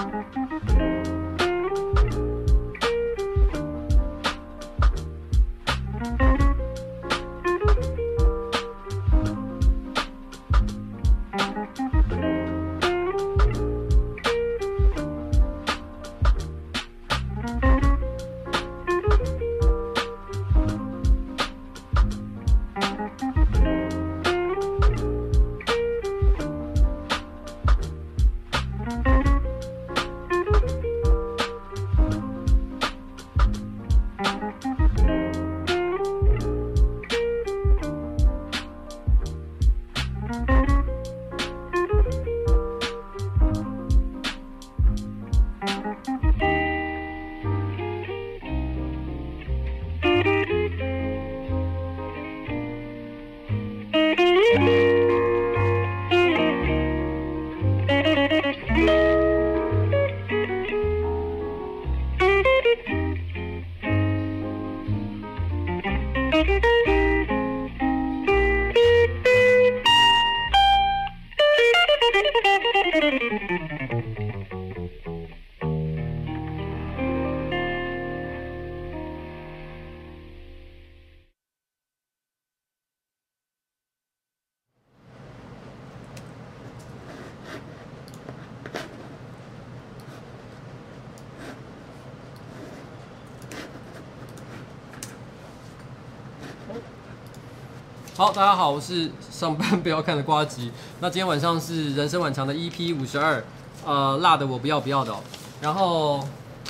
好，大家好，我是上班不要看的呱吉。那今天晚上是人生晚长的 EP52，辣的我不要的哦。然后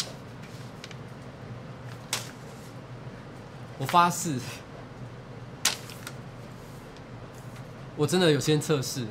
我发誓，我真的有先测试，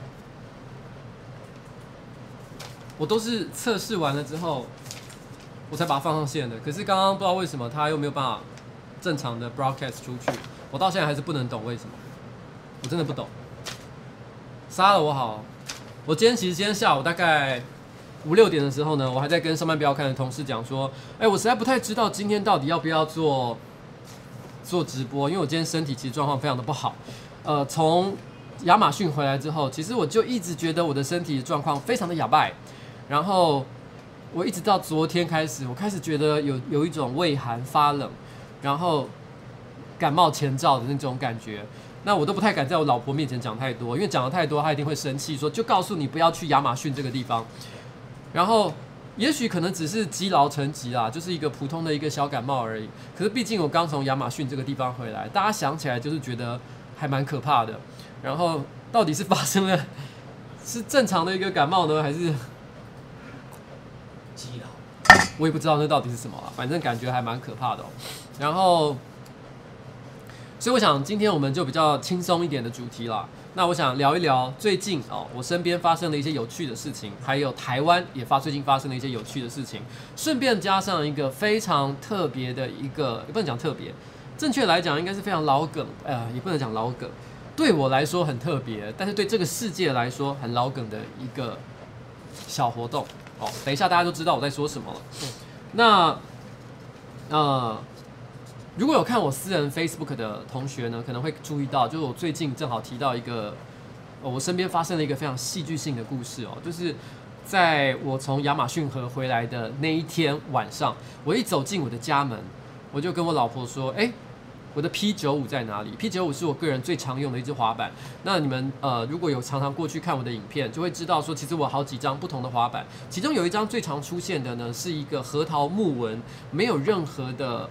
我都是测试完了之后，我才把它放上线的。可是刚刚不知道为什么它又没有办法正常的 broadcast 出去。我到现在还是不能懂为什么，我真的不懂。杀了我好，我今天下午大概5、6点的时候呢，我还在跟上班不要看的同事讲说，我实在不太知道今天到底要不要做直播，因为我今天身体其实状况非常的不好。从亚马逊回来之后，其实我就一直觉得我的身体状况非常的哑巴，然后我一直到昨天开始，我开始觉得有一种畏寒发冷，然后感冒前兆的那种感觉，那我都不太敢在我老婆面前讲太多，因为讲的太多，她一定会生气，说就告诉你不要去亚马逊这个地方。然后，也许可能只是积劳成疾啦，就是一个普通的一个小感冒而已。可是毕竟我刚从亚马逊这个地方回来，大家想起来就是觉得还蛮可怕的。然后，到底是发生了是正常的一个感冒呢，还是积劳？ 我也不知道那到底是什么啦，反正感觉还蛮可怕的哦。然后。所以我想今天我们就比较轻松一点的主题啦。那我想聊一聊最近我身边发生的一些有趣的事情，还有台湾也最近发生的一些有趣的事情，顺便加上一个非常特别的一个，也不能讲特别，正确来讲应该是非常老梗，也不能讲老梗，对我来说很特别，但是对这个世界来说很老梗的一个小活动等一下大家都知道我在说什么了。那如果有看我私人 Facebook 的同学呢，可能会注意到，就是我最近正好提到一个，我身边发生了一个非常戏剧性的故事就是在我从亚马逊河回来的那一天晚上，我一走进我的家门，我就跟我老婆说，我的 P95 在哪里 ？P95 是我个人最常用的一支滑板。那你们如果有常常过去看我的影片，就会知道说，其实我好几张不同的滑板，其中有一张最常出现的呢，是一个核桃木纹，没有任何的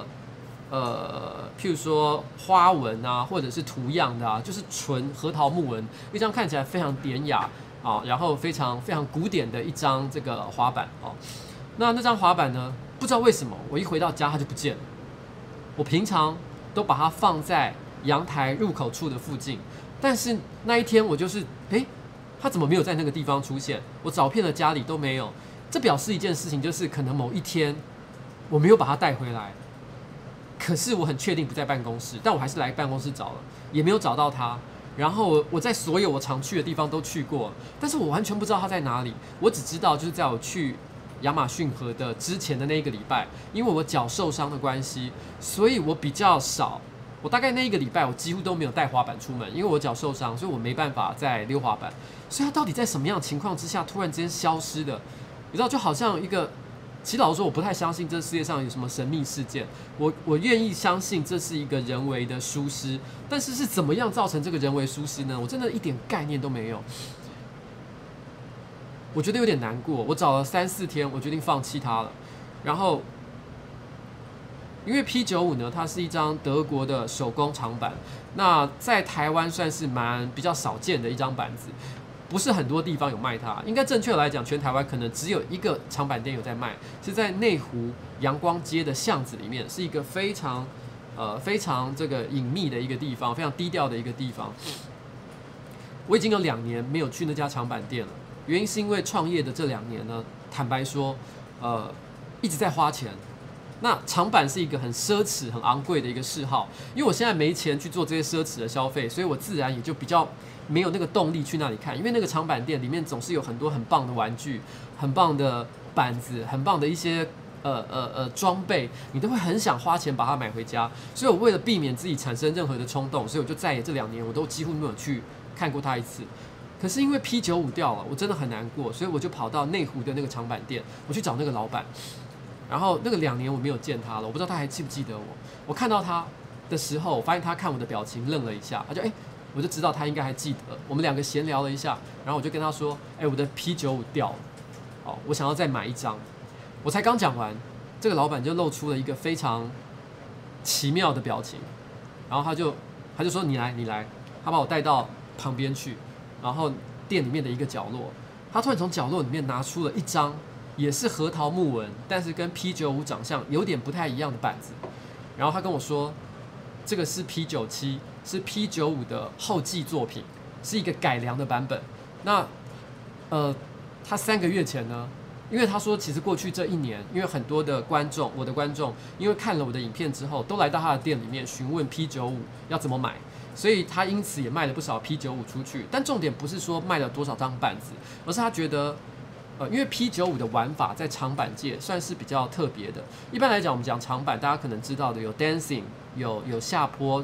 譬如说花纹啊，或者是图样的啊，就是纯核桃木纹，一张看起来非常典雅然后非常非常古典的一张这个滑板那张滑板呢，不知道为什么我一回到家它就不见了。我平常都把它放在阳台入口处的附近，但是那一天我就是它怎么没有在那个地方出现？我找遍了家里都没有，这表示一件事情，就是可能某一天我没有把它带回来。可是我很确定不在办公室，但我还是来办公室找了，也没有找到它。然后我在所有我常去的地方都去过，但是我完全不知道它在哪里。我只知道就是在我去亚马逊河的之前的那一个礼拜，因为我脚受伤的关系，所以我比较少。我大概那一个礼拜我几乎都没有带滑板出门，因为我脚受伤，所以我没办法再溜滑板。所以它到底在什么样的情况之下突然之间消失的？ 你知道，就好像一个。其实老实说，我不太相信这世界上有什么神秘事件。我愿意相信这是一个人为的疏失，但是是怎么样造成这个人为疏失呢？我真的一点概念都没有。我觉得有点难过。我找了3-4天，我决定放弃它了。然后，因为 P95 呢，它是一张德国的手工长板，那在台湾算是比较少见的一张板子。不是很多地方有卖它，应该正确来讲，全台湾可能只有一个长板店有在卖，是在内湖阳光街的巷子里面，是一个非常这个隐秘的一个地方，非常低调的一个地方。我已经有2年没有去那家长板店了，原因是因为创业的这2年呢，坦白说，一直在花钱。那长板是一个很奢侈、很昂贵的一个嗜好，因为我现在没钱去做这些奢侈的消费，所以我自然也就比较没有那个动力去那里看，因为那个长板店里面总是有很多很棒的玩具、很棒的板子、很棒的一些装备，你都会很想花钱把它买回家。所以我为了避免自己产生任何的冲动，所以我就再也这2年我都几乎没有去看过它一次。可是因为 P95 掉了，我真的很难过，所以我就跑到内湖的那个长板店，我去找那个老板。然后那个2年我没有见他了，我不知道他还记不记得我。我看到他的时候，我发现他看我的表情愣了一下，他就我就知道他应该还记得。我们2个闲聊了一下，然后我就跟他说：“我的 P95 掉了，我想要再买一张。”我才刚讲完，这个老板就露出了一个非常奇妙的表情，然后他就说：“你来。”他把我带到旁边去，然后店里面的一个角落，他突然从角落里面拿出了一张。也是核桃木纹，但是跟 P95 长相有点不太一样的板子。然后他跟我说，这个是 P97，是 P95 的后继作品，是一个改良的版本。那他3个月前呢，因为他说其实过去这1年，因为很多的我的观众，因为看了我的影片之后，都来到他的店里面询问 P95 要怎么买，所以他因此也卖了不少 P95 出去。但重点不是说卖了多少张板子，而是他觉得。因为 P95 的玩法在长板界算是比较特别的。一般来讲，我们讲长板，大家可能知道的有 dancing， 有下坡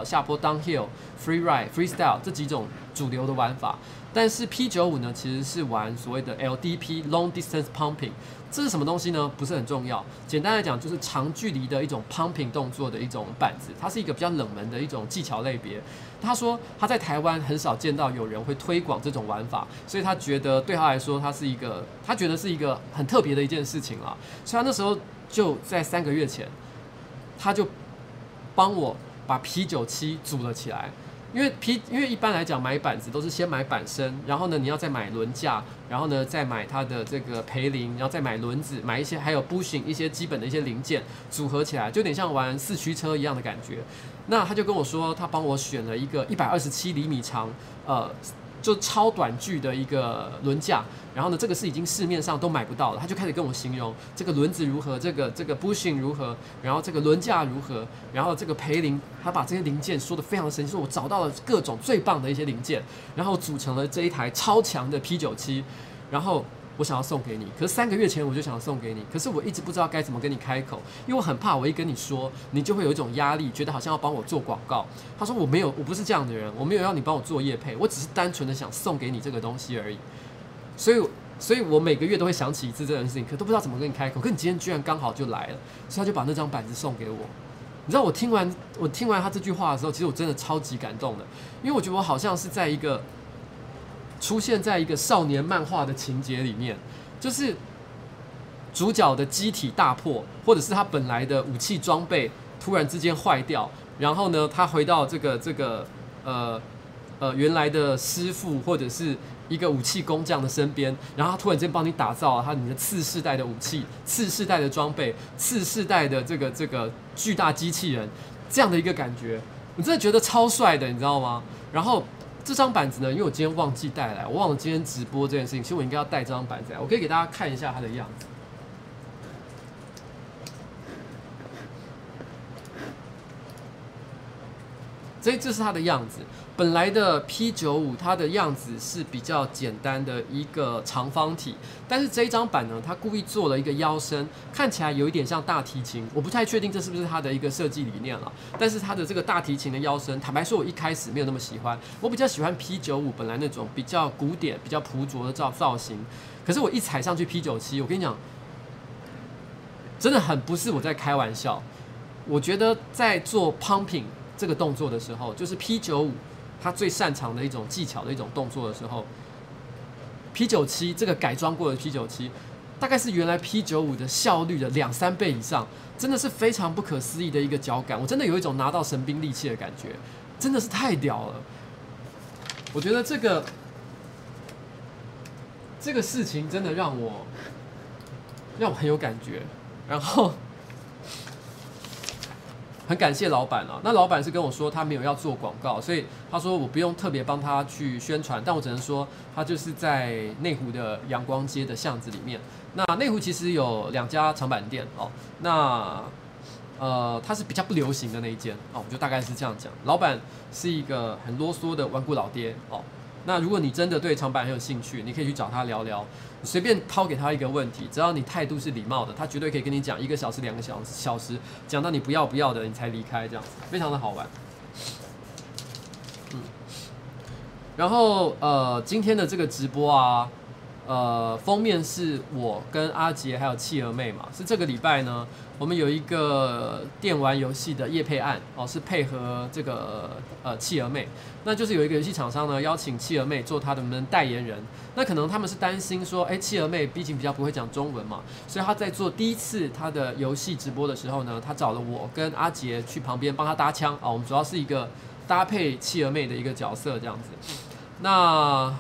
downhill、free ride、freestyle 这几种主流的玩法。但是 P95 呢，其实是玩所谓的 LDP long distance pumping， 这是什么东西呢？不是很重要。简单来讲，就是长距离的一种 pumping 动作的一种板子，它是一个比较冷门的一种技巧类别。他说他在台湾很少见到有人会推广这种玩法，所以他觉得对他来说，他觉得是一个很特别的一件事情啦。所以他那时候就在3个月前，他就帮我把 P97 组了起来。因为一般来讲买板子都是先买板身，然后呢你要再买轮架，然后呢再买它的这个培林，然后再买轮子，买一些还有 bushing 一些基本的一些零件组合起来，就有点像玩4驱车一样的感觉。那他就跟我说，他帮我选了一个127厘米长，就超短距的一个轮架，然后呢，这个是已经市面上都买不到了。他就开始跟我形容这个轮子如何，这个 bushing 如何，然后这个轮架如何，然后这个培林，他把这些零件说得非常神奇，说我找到了各种最棒的一些零件，然后组成了这一台超强的 P97，然后我想要送给你，可是3个月前我就想要送给你，可是我一直不知道该怎么跟你开口，因为我很怕我一跟你说，你就会有一种压力，觉得好像要帮我做广告。他说我没有，我不是这样的人，我没有要你帮我做业配，我只是单纯的想送给你这个东西而已。所以我每个月都会想起一次这件事情，可都不知道怎么跟你开口。可你今天居然刚好就来了，所以他就把那张板子送给我。你知道我听完他这句话的时候，其实我真的超级感动的，因为我觉得我好像是出现在一个少年漫画的情节里面，就是主角的机体大破，或者是他本来的武器装备突然之间坏掉，然后呢，他回到这个原来的师傅或者是一个武器工匠的身边，然后他突然间帮你打造你的次世代的武器、次世代的装备、次世代的这个巨大机器人，这样的一个感觉，我真的觉得超帅的，你知道吗？然后这张板子呢，因为我今天忘记带来，我忘了今天直播这件事情，其实我应该要带这张板子来，我可以给大家看一下它的样子。 这是它的样子。本来的 P95它的样子是比较简单的一个长方体，但是这一张版呢，它故意做了一个腰身，看起来有一点像大提琴。我不太确定这是不是它的一个设计理念了，但是它的这个大提琴的腰身，坦白说，我一开始没有那么喜欢，我比较喜欢 P95本来那种比较古典、比较朴拙的造型。可是我一踩上去 P97，我跟你讲，真的很不是我在开玩笑。我觉得在做 pumping 这个动作的时候，就是 P95 它最擅长的一种技巧的一种动作的时候 ，P97 这个改装过的 P97，大概是原来 P95 的效率的2-3倍以上，真的是非常不可思议的一个脚感。我真的有一种拿到神兵利器的感觉，真的是太屌了。我觉得这个事情真的让我很有感觉，然后很感谢老板啊。那老板是跟我说他没有要做广告，所以他说我不用特别帮他去宣传，但我只能说他就是在内湖的阳光街的巷子里面。那内湖其实有2家长板店哦，那它是比较不流行的那一间哦，我就大概是这样讲。老板是一个很啰嗦的顽固老爹哦。那如果你真的对长板很有兴趣，你可以去找他聊聊，你随便抛给他一个问题，只要你态度是礼貌的，他绝对可以跟你讲1个小时、2个小时，讲到你不要的，你才离开，这样子非常的好玩。然后今天的这个直播啊，封面是我跟阿杰还有企鹅妹嘛，是这个礼拜呢，我们有一个电玩游戏的业配案哦，是配合这个企鹅妹，那就是有一个游戏厂商呢邀请企鹅妹做他们代言人，那可能他们是担心说，企鹅妹毕竟比较不会讲中文嘛，所以他在做第一次他的游戏直播的时候呢，他找了我跟阿杰去旁边帮他搭腔啊，我们主要是一个搭配企鹅妹的一个角色这样子，那。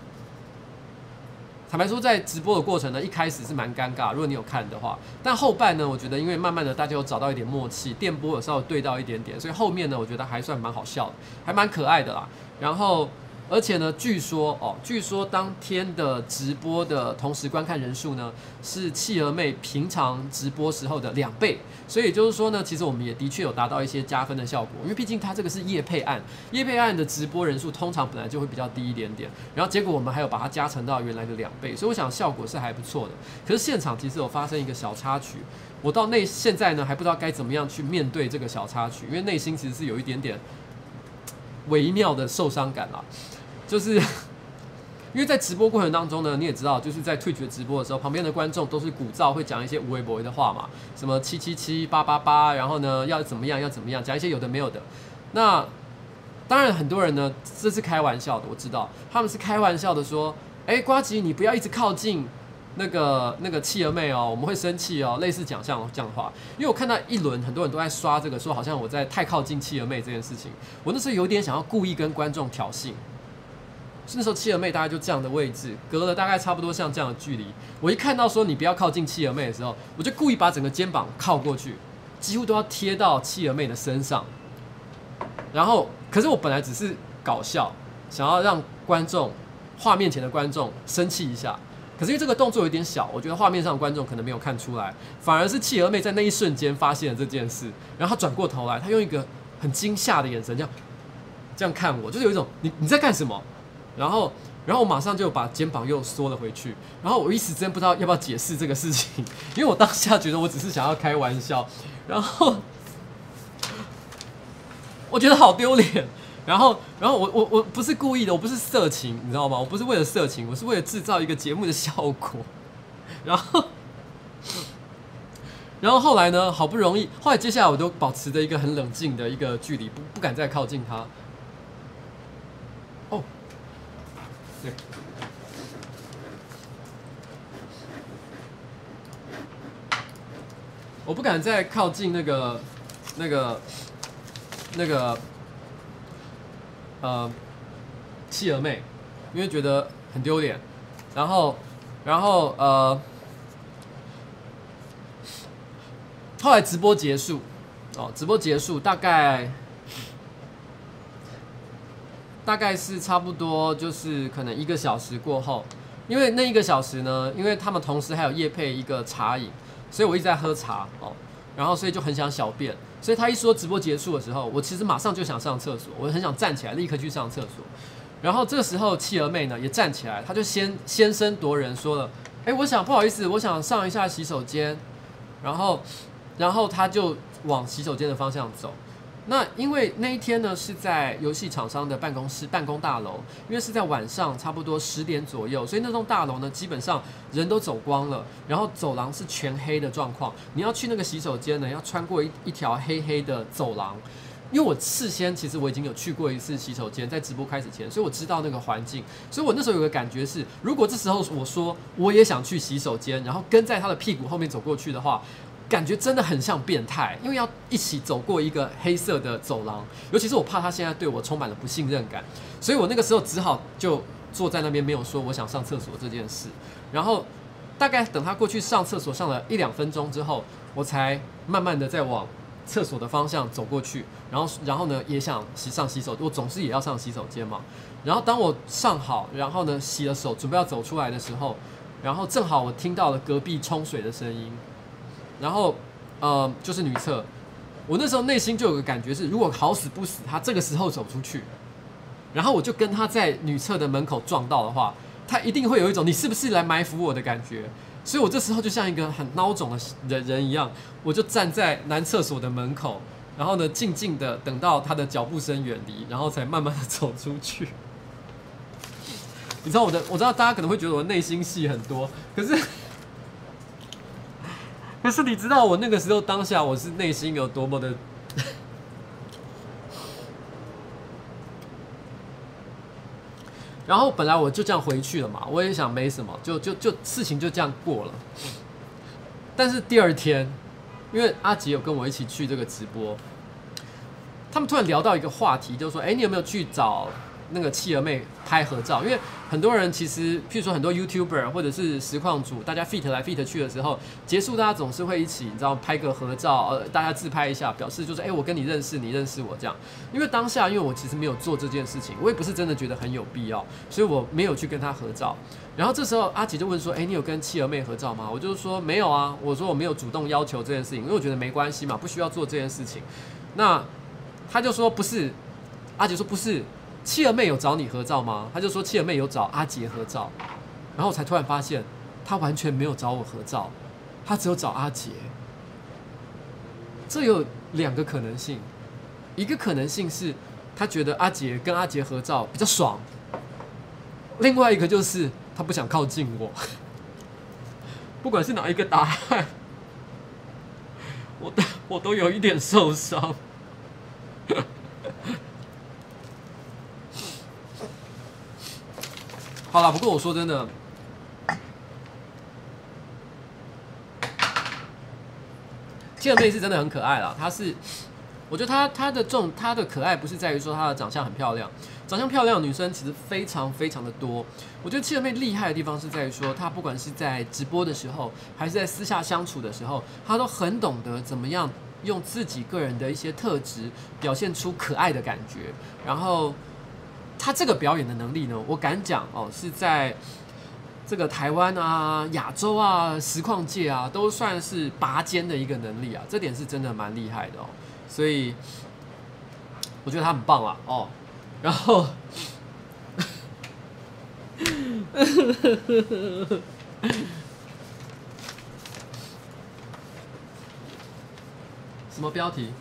坦白说，在直播的过程呢，一开始是蛮尴尬，如果你有看的话。但后半呢，我觉得因为慢慢的大家有找到一点默契，电波有稍微对到一点点，所以后面呢，我觉得还算蛮好笑的，还蛮可爱的啦。然后，而且呢，据说当天的直播的同时观看人数呢，是企鹅妹平常直播时候的2倍。所以也就是说呢，其实我们也的确有达到一些加分的效果，因为毕竟它这个是业配案，业配案的直播人数通常本来就会比较低一点点，然后结果我们还有把它加成到原来的2倍，所以我想效果是还不错的。可是现场其实有发生一个小插曲，我到现在呢还不知道该怎么样去面对这个小插曲，因为内心其实是有一点点微妙的受伤感啦，就是因为在直播过程当中呢，你也知道，就是在Twitch直播的时候，旁边的观众都是鼓噪，会讲一些无微不微的话嘛，什么777、888，然后呢要怎么样，讲一些有的没有的。那当然很多人呢，这是开玩笑的，我知道他们是开玩笑的说，呱吉你不要一直靠近那个企鹅妹哦，我们会生气哦，类似讲这样的话。因为我看到一轮很多人都在刷这个，说好像我在太靠近企鹅妹这件事情，我那时候有点想要故意跟观众挑衅。那时候企鹅妹大概就这样的位置，隔了大概差不多像这样的距离。我一看到说你不要靠近企鹅妹的时候，我就故意把整个肩膀靠过去，几乎都要贴到企鹅妹的身上。然后，可是我本来只是搞笑，想要让画面前的观众生气一下。可是因为这个动作有点小，我觉得画面上的观众可能没有看出来，反而是企鹅妹在那一瞬间发现了这件事，然后她转过头来，她用一个很惊吓的眼神这样看我，就是有一种你在干什么？然后我马上就把肩膀又缩了回去，然后我一时之间不知道要不要解释这个事情，因为我当下觉得我只是想要开玩笑，然后我觉得好丢脸，然后我不是故意的，我不是色情，你知道吗？我不是为了色情，我是为了制造一个节目的效果，然后后来呢，好不容易，后来接下来我都保持着一个很冷静的一个距离，不敢再靠近他。哦。对，我不敢再靠近那个企鹅妹，因为觉得很丢脸。然后后来直播结束，大概是差不多就是可能1个小时过后，因为那1个小时呢，因为他们同时还有业配一个茶饮，所以我一直在喝茶哦，然后所以就很想小便， 所以他一说直播结束的时候，我其实马上就想上厕所，我很想站起来立刻去上厕所。然后这个时候企鹅妹呢也站起来，她就先声夺人说了：“不好意思，我想上一下洗手间。”然后她就往洗手间的方向走。那因为那一天呢是在游戏厂商的办公大楼，因为是在晚上差不多10点左右，所以那栋大楼呢基本上人都走光了，然后走廊是全黑的状况。你要去那个洗手间呢，要穿过一条黑黑的走廊。因为我事先其实我已经有去过一次洗手间，在直播开始前，所以我知道那个环境。所以我那时候有个感觉是，如果这时候我说我也想去洗手间，然后跟在他的屁股后面走过去的话，感觉真的很像变态，因为要一起走过一个黑色的走廊，尤其是我怕他现在对我充满了不信任感，所以我那个时候只好就坐在那边，没有说我想上厕所这件事。然后大概等他过去上厕所上了1-2分钟之后，我才慢慢的再往厕所的方向走过去，然后呢也想上洗手，我总是也要上洗手间嘛。然后当我上好，然后呢洗了手，准备要走出来的时候，然后正好我听到了隔壁冲水的声音。然后，就是女厕，我那时候内心就有个感觉是，如果好死不死他这个时候走出去，然后我就跟他在女厕的门口撞到的话，他一定会有一种你是不是来埋伏我的感觉。所以我这时候就像一个很孬种的人一样，我就站在男厕所的门口，然后呢静静的等到他的脚步声远离，然后才慢慢的走出去。你知道我知道大家可能会觉得我内心戏很多，可是你知道我那个时候当下我是内心有多么的然后本来我就这样回去了嘛，我也想没什么，就事情就这样过了。但是第二天，因为阿杰有跟我一起去这个直播，他们突然聊到一个话题，就是说，你有没有去找那个企鹅妹拍合照？因为很多人其实，譬如说很多 YouTuber 或者是实况主，大家 fit 来 fit 去的时候，结束大家总是会一起，你知道拍个合照，大家自拍一下，表示就是我跟你认识，你认识我这样。因为当下，因为我其实没有做这件事情，我也不是真的觉得很有必要，所以我没有去跟他合照。然后这时候阿杰就问说：“你有跟企鹅妹合照吗？”我就说没有啊，我说我没有主动要求这件事情，因为我觉得没关系嘛，不需要做这件事情。那他就说不是，阿杰说不是。企鹅妹有找你合照吗？他就说企鹅妹有找阿杰合照，然后我才突然发现，他完全没有找我合照，他只有找阿杰。这有2个可能性，一个可能性是他觉得跟阿杰合照比较爽，另外一个就是他不想靠近我。不管是哪一个答案，我都有一点受伤。好啦，不过我说真的，企鹅妹是真的很可爱啦。我觉得她的可爱不是在于说她的长相很漂亮，长相漂亮的女生其实非常非常的多。我觉得企鹅妹厉害的地方是在于说，她不管是在直播的时候，还是在私下相处的时候，她都很懂得怎么样用自己个人的一些特质表现出可爱的感觉，然后。他这个表演的能力呢，我敢讲是在这个台湾啊、亚洲啊、实况界啊，都算是拔尖的一个能力啊，这点是真的蛮厉害的所以我觉得他很棒啦然后什么标题？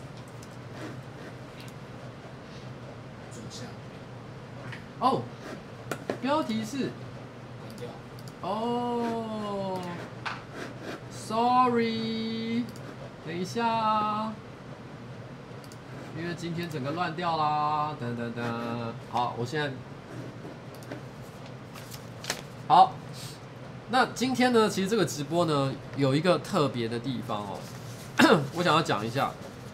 标题是sorry， 等一下因为今天整个乱掉啦，等等等。好，我现在好。那今天呢，其实这个直播呢有一个特别的地方我想要讲一下。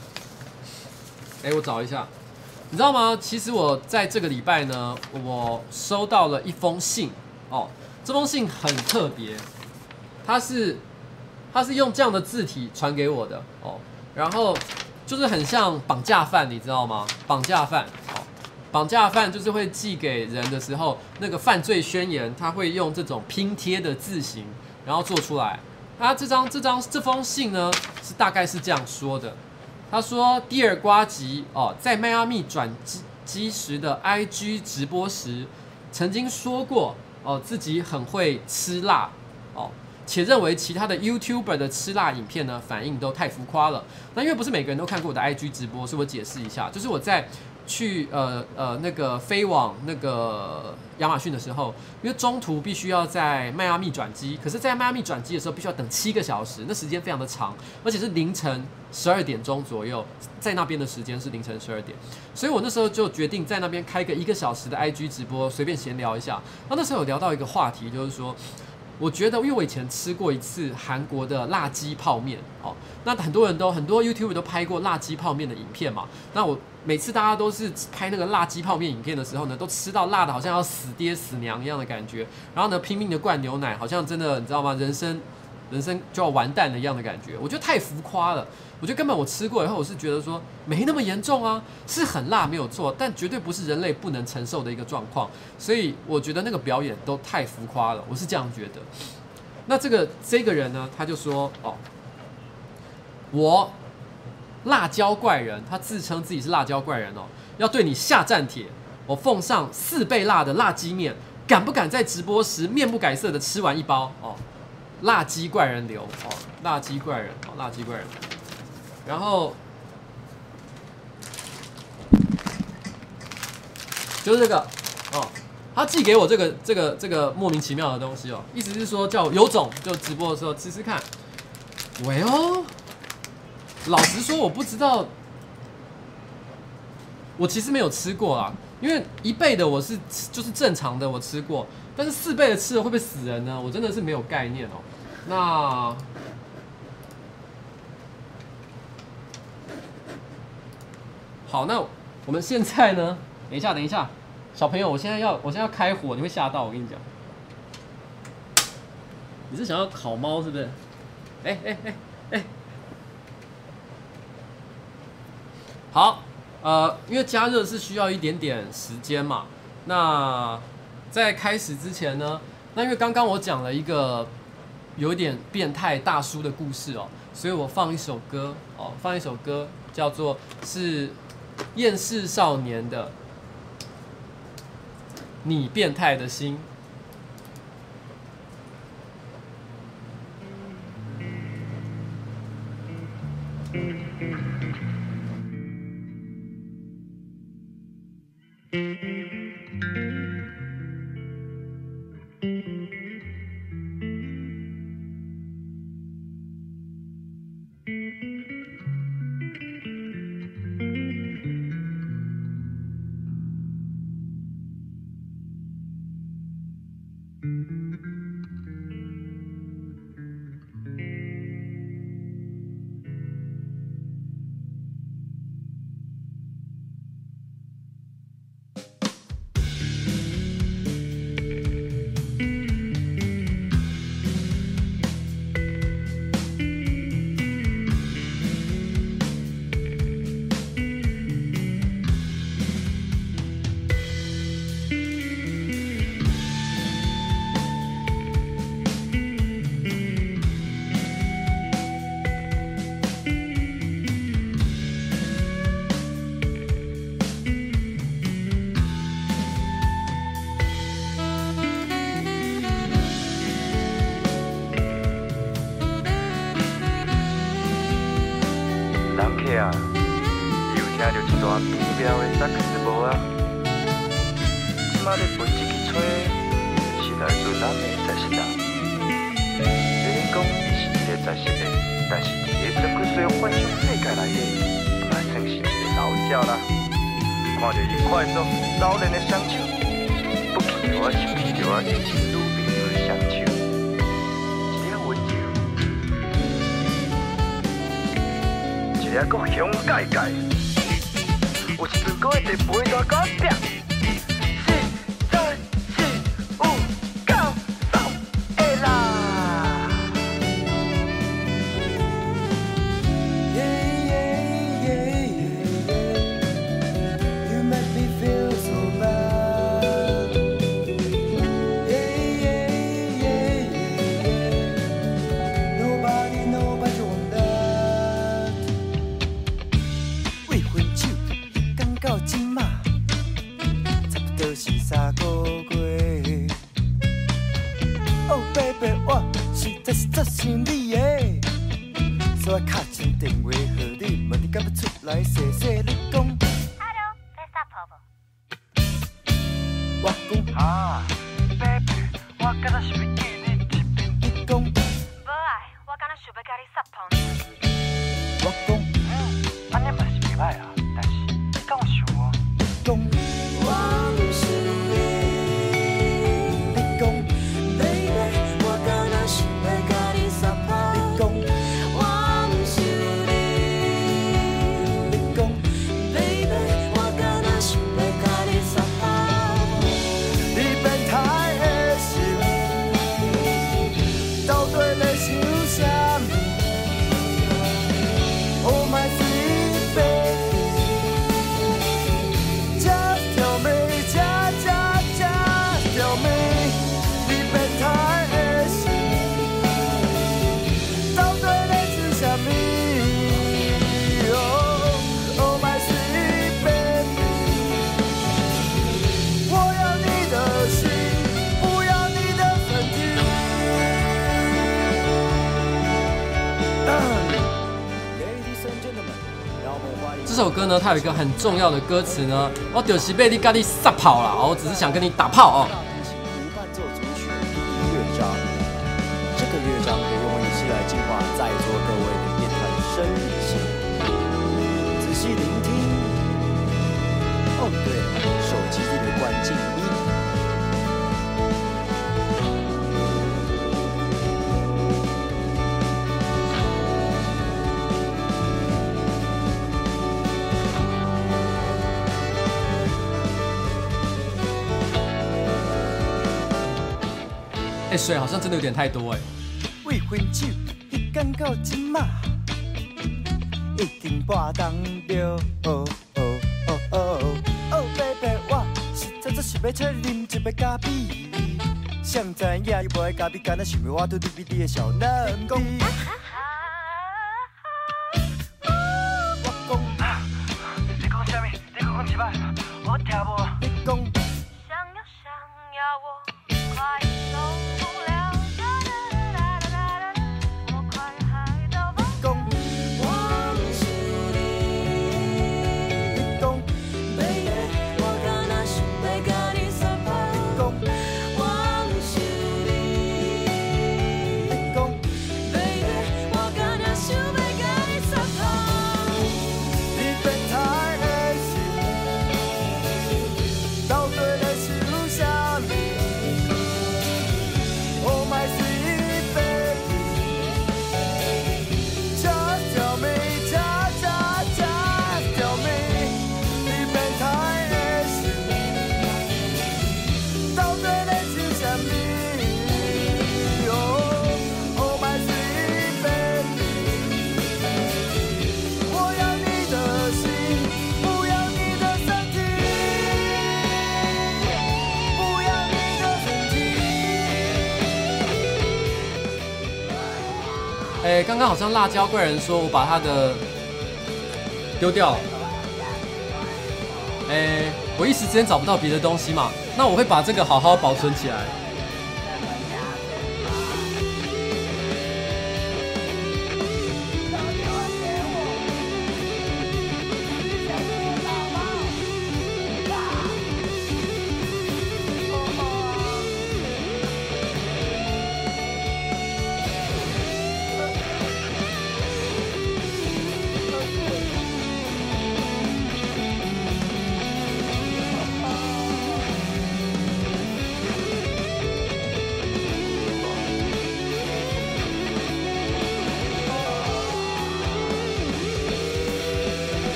我找一下。你知道吗？其实我在这个礼拜呢，我收到了一封信这封信很特别，它是用这样的字体传给我的然后就是很像绑架犯，你知道吗？绑架犯就是会寄给人的时候，那个犯罪宣言，他会用这种拼贴的字型，然后做出来。这封信呢大概是这样说的。 他说：“Dear 呱吉哦，在迈阿密转机时的 IG 直播时，曾经说过哦，自己很会吃辣哦，且认为其他的 YouTuber 的吃辣影片呢，反应都太浮夸了。那因为不是每个人都看过我的 IG 直播，所以我解释一下，就是我在去那个飞往那个亚马逊的时候，因为中途必须要在迈阿密转机，可是，在迈阿密转机的时候必须要等7个小时，那时间非常的长，而且是凌晨12点钟左右，在那边的时间是凌晨12点，所以我那时候就决定在那边开个1个小时的 IG 直播，随便闲聊一下。那时候有聊到一个话题，就是说，我觉得，因为我以前吃过一次韩国的辣鸡泡面哦，那很多 YouTuber 都拍过辣鸡泡面的影片嘛。那我每次大家都是拍那个辣鸡泡面影片的时候呢，都吃到辣的好像要死爹死娘一样的感觉，然后呢拼命的灌牛奶，好像真的你知道吗？人生就要完蛋了一样的感觉，我觉得太浮夸了。我觉得根本我吃过以后，我是觉得说没那么严重啊，是很辣没有错，但绝对不是人类不能承受的一个状况。所以我觉得那个表演都太浮夸了，我是这样觉得。那这个人呢，他就说哦，我辣椒怪人，他自称自己是辣椒怪人哦，要对你下战帖，我奉上4倍辣的辣鸡面，敢不敢在直播时面不改色的吃完一包哦？辣鸡怪人流哦，辣鸡怪人哦，辣鸡怪人。然后就是这个哦，他寄给我这个莫名其妙的东西哦，意思是说叫我有种就直播的时候吃吃看。喂哦，老实说我不知道，我其实没有吃过啊，因为1倍的我是就是正常的我吃过，但是4倍的吃了会不会死人呢？我真的是没有概念哦。那好，那我们现在呢？等一下，小朋友，我现在要开火，你会吓到，我跟你讲。你是想要烤猫是不是？哎，好，因为加热是需要一点点时间嘛。那在开始之前呢，那因为刚刚我讲了一个有一点变态大叔的故事哦，所以我放一首歌哦，叫做是厌世少年的《你变态的心》。 啊，又听到一段美妙的萨克斯无啊！即马咧分这支吹，是来自咱的十世人。虽然讲是一个十世的，但是伫个19岁幻想世界内底，也算是一个老鸟啦。看着伊快速老练的双手，不期我想起着我以前女朋友的双手，一个温柔。一个搁香盖盖，有一阵搁会伫背大甲拼，4、3、4、5、9、10的啦。You make me feel so bad. Nobody want that. 耶。所以敲一电话予你，问你敢要出来踅踅？你讲 Hello， 在撒泡无？ 我讲啊，baby，我敢若是要记你一面。 你讲无爱，我敢若想要甲你撒泡呢。 我讲安尼嘛是袂歹啊，但是你敢有想我？ 讲我不是你。你讲 baby， 我敢若想要甲你撒泡。你讲我不是你。你讲 baby， 我敢若想要甲你撒泡。你变态的心，到底在想啥物 ？Oh my sweet baby， just tell me， just tell me， 你变态的心，到底在想啥物？Oh my sweet baby， 我要你的心，不要你的身体。Ladies and gentlemen，让我们欢迎这首歌呢，它有一个很重要的歌词呢，我就是被你咖喱撒跑了，我只是想跟你打炮哦。 大提琴无伴奏组曲第一乐章，这个乐章可以用仪式来净化在座各位的变态生理性。仔细聆听。哦，对了，手机记得关静音。 水好像真的有点太多哎。 未分手，迄天到今仔，已经半冬了。哦，baby， 我实在是想要请你啉一杯咖啡。谁知影又无爱咖啡，干那想要我对你的小嫩逼。我讲， 你讲啥物？你讲一摆，我听无。 你讲， 想要我，快受不了，我快害到疯。 讲，我不是你。你讲，baby， 我敢若想要甲你撒泡。你讲，我不是你。你讲，baby， 我敢若想要甲你撒泡。你变态的心，到底在想啥物？Oh my sweet baby。Just tell me， just tell me， 你变态的心，到底在想啥物？Oh my sweet baby， 我要你的心，不要你的身体，不要你的身体。 刚刚好像辣椒怪人说我把他的丢掉了。我一时之间找不到别的东西嘛，那我会把这个好好保存起来。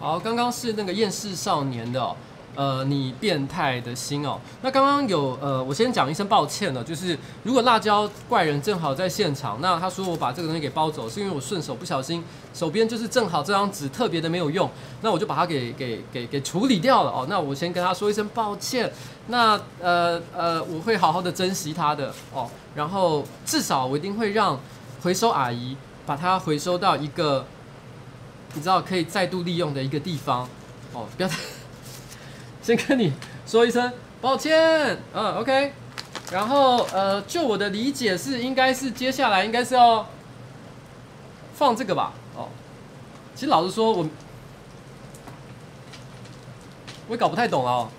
好，刚刚是那个厌世少年的、你变态的心哦。那刚刚有我先讲一声抱歉了，就是如果辣椒怪人正好在现场，那他说我把这个东西给包走，是因为我顺手不小心手边就是正好这张纸特别的没有用，那我就把它给处理掉了哦。那我先跟他说一声抱歉，那我会好好的珍惜它的哦，然后至少我一定会让回收阿姨把它回收到一个你知道可以再度利用的一个地方哦，不要太。先跟你说一声抱歉，OK。然后就我的理解是，应该是接下来应该是要放这个吧，哦。其实老实说，我也搞不太懂了哦。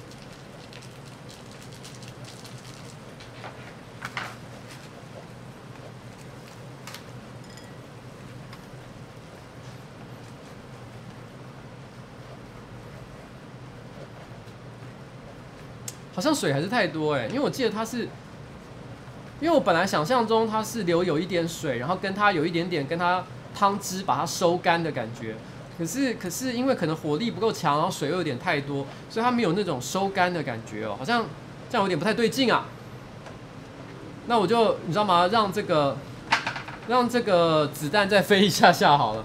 好像水还是太多因为我记得它是，因为我本来想象中它是留有一点水，然后跟它有一点点跟它汤汁把它收干的感觉，可是因为可能火力不够强，然后水又有点太多，所以它没有那种收干的感觉哦，好像这样有点不太对劲啊。那我就你知道吗？让这个子弹再飞一下下好了。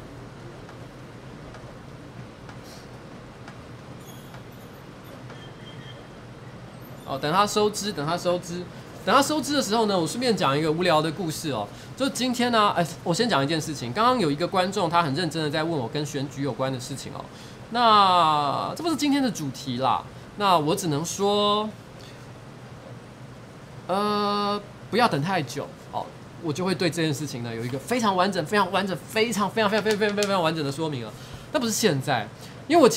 哦，等它收汁的时候呢，我顺便讲一个无聊的故事哦。就今天呢，我先讲一件事情。刚刚有一个观众，他很认真的在问我跟选举有关的事情哦。那这不是今天的主题啦。那我只能说，不要等太久哦，我就会对这件事情呢有一个非常完整、非常完整的说明了。那不是现在，因为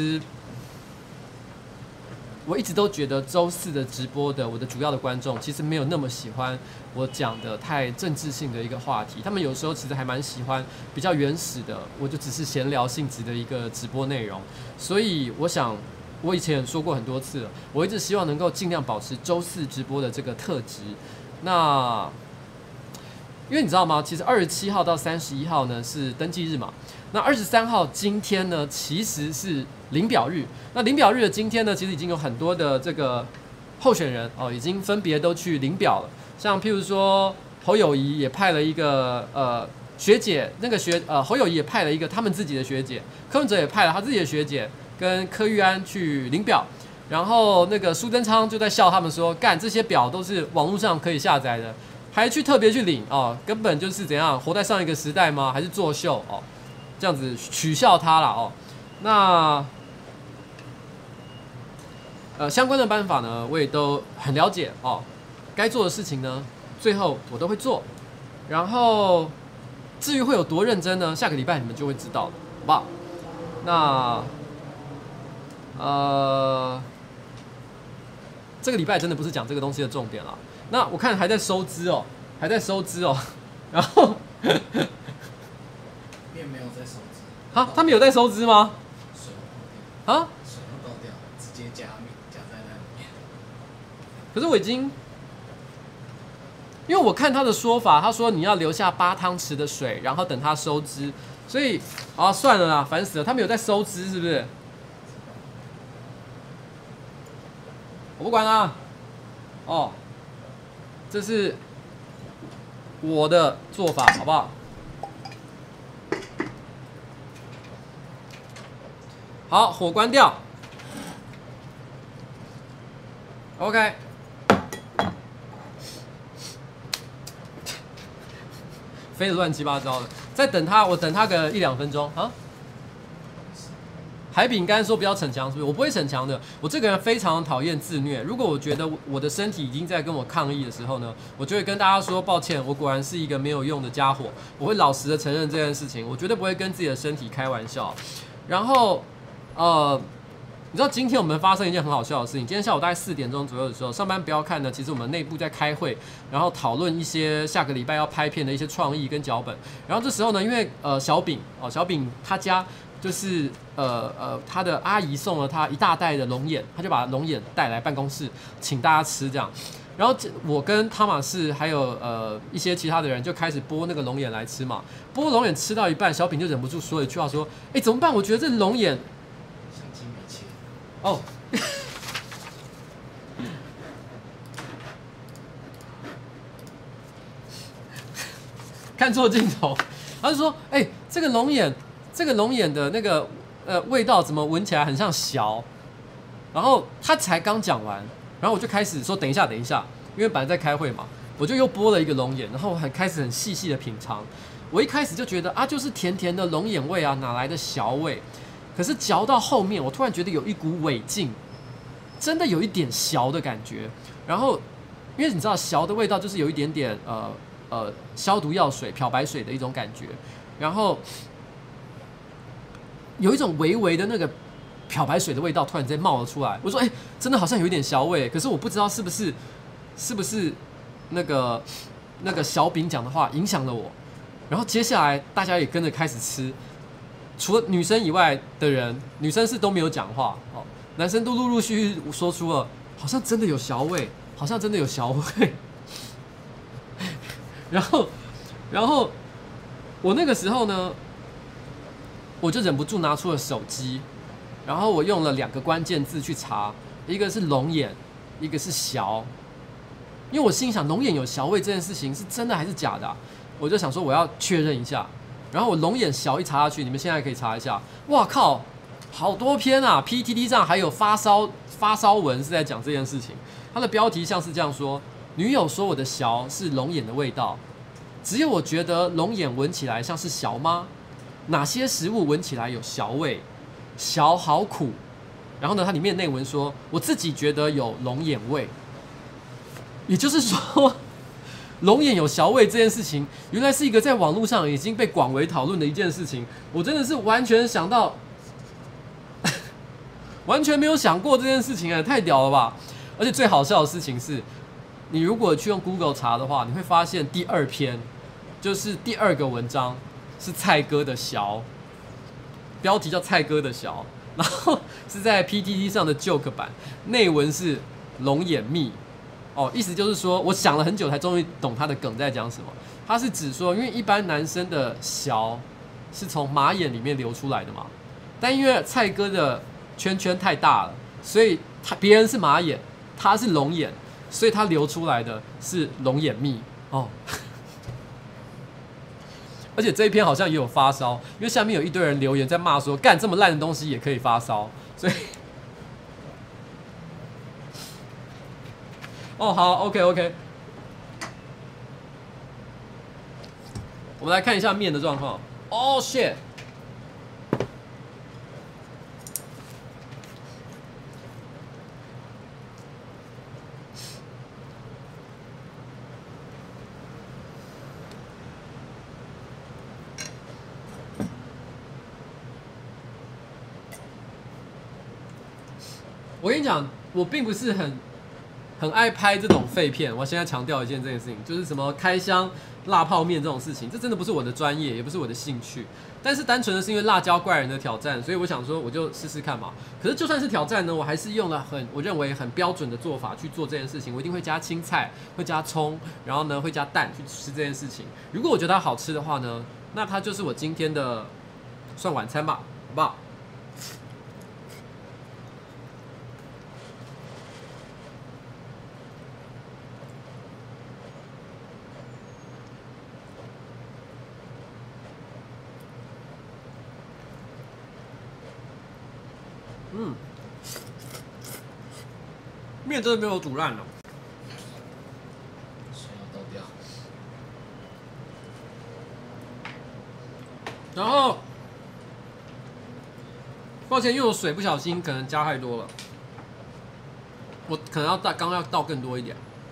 我一直都觉得周四的直播的我的主要的观众其实没有那么喜欢我讲的太政治性的一个话题，他们有时候其实还蛮喜欢比较原始的，我就只是闲聊性质的一个直播内容。所以我想，我以前也说过很多次了，我一直希望能够尽量保持周四直播的这个特质。那因为你知道吗？其实27号到31号呢是登记日嘛。那23号今天呢，其实是领表日。那领表日的今天呢，其实已经有很多的这个候选人哦，已经分别都去领表了。像譬如说侯友宜也派了一个学姐，那个侯友宜也派了一个他们自己的学姐，柯文哲也派了他自己的学姐跟柯玉安去领表。然后那个苏贞昌就在笑他们说，干这些表都是网络上可以下载的，还去特别去领哦，根本就是怎样活在上一个时代吗？还是作秀哦？这样子取笑他啦哦。那相关的办法呢，我也都很了解哦。该做的事情呢，最后我都会做。然后至于会有多认真呢，下个礼拜你们就会知道了，好不好？那这个礼拜真的不是讲这个东西的重点了。那我看还在收支哦，然后面没有在收支。 啊，他们有在收支吗？ 水会倒掉。 啊？ 水会倒掉，直接加在那里面。 可是我已经，因为我看他的说法，他说你要留下8汤匙的水，然后等它收支，所以啊算了啦，烦死了，他们有在收支是不是？我不管啦，哦，这是我的做法，好不好？好，火关掉。OK。飞得乱七八糟的，再等他，我等他个1-2分钟啊。海饼干说不要逞强，是不是？我不会逞强的。我这个人非常讨厌自虐。如果我觉得我的身体已经在跟我抗议的时候呢，我就会跟大家说抱歉，我果然是一个没有用的家伙。我会老实的承认这件事情，我绝对不会跟自己的身体开玩笑。然后，你知道今天我们发生一件很好笑的事情。今天下午大概4点钟左右的时候，上班不要看呢，其实我们内部在开会，然后讨论一些下个礼拜要拍片的一些创意跟脚本。然后这时候呢，因为小饼他家就是他的阿姨送了他一大袋的龙眼，他就把龙眼带来办公室，请大家吃这样。然后我跟汤马士还有一些其他的人就开始剥那个龙眼来吃嘛。剥龙眼吃到一半，小饼就忍不住说了一句话说：“哎，怎么办？我觉得这龙眼像金美切。” 哦。看错镜头，他就说：“哎，这个龙眼的那个味道怎么闻起来很像小？”然后他才刚讲完，然后我就开始说：“等一下，因为本来在开会嘛，我就又剥了一个龙眼，然后我开始很细细的品尝。我一开始就觉得啊，就是甜甜的龙眼味啊，哪来的小味？可是嚼到后面，我突然觉得有一股尾劲，真的有一点小的感觉。然后，因为你知道小的味道就是有一点点消毒药水、漂白水的一种感觉，然后有一种微微的那个漂白水的味道突然之间冒了出来。我说：“哎，真的好像有一点小味。”可是我不知道是不是那个小饼讲的话影响了我。然后接下来大家也跟着开始吃，除了女生以外的人，女生是都没有讲话哦，男生都陆陆续续说出了好像真的有小味，好像真的有小味。然后我那个时候呢，我就忍不住拿出了手机，然后我用了2个关键字去查，一个是龙眼，一个是小。因为我心想龙眼有小味这件事情是真的还是假的我就想说我要确认一下。然后我龙眼小一查下去，你们现在可以查一下，哇靠，好多篇啊 ！PTT 上还有发烧文是在讲这件事情。它的标题像是这样说：女友说我的小是龙眼的味道，只有我觉得龙眼闻起来像是小吗？哪些食物闻起来有小味？小好苦。然后呢，它里面内文说，我自己觉得有龙眼味。也就是说，龙眼有小味这件事情，原来是一个在网络上已经被广为讨论的一件事情。我真的是完全想到，完全没有想过这件事情太屌了吧！而且最好笑的事情是，你如果去用 Google 查的话，你会发现第2篇就是第2个文章是蔡哥的小，标题叫蔡哥的小，然后是在 PTT 上的 joke 版，内文是龙眼蜜。意思就是说，我想了很久才终于懂他的梗在讲什么。他是指说，因为一般男生的小是从马眼里面流出来的嘛，但因为蔡哥的圈圈太大了，所以别人是马眼，他是龙眼，所以他流出来的是龙眼蜜哦。而且这一篇好像也有发烧，因为下面有一堆人留言在骂说，干这么烂的东西也可以发烧，所以。好 ，OK， 我们来看一下面的状况。shit！ 我跟你讲，我并不是很爱拍这种废片。我现在强调一件这件事情，就是什么开箱辣泡面这种事情，这真的不是我的专业，也不是我的兴趣。但是单纯的是因为辣椒怪人的挑战，所以我想说我就试试看嘛。可是就算是挑战呢，我还是用了我认为很标准的做法去做这件事情。我一定会加青菜，会加葱，然后呢会加蛋去吃这件事情。如果我觉得它好吃的话呢，那它就是我今天的算晚餐吧，好不好？面真的没有煮烂了， 水要倒掉。 然后，抱歉，因为我水不小心可能加太多了，我可能要刚要倒更多一点。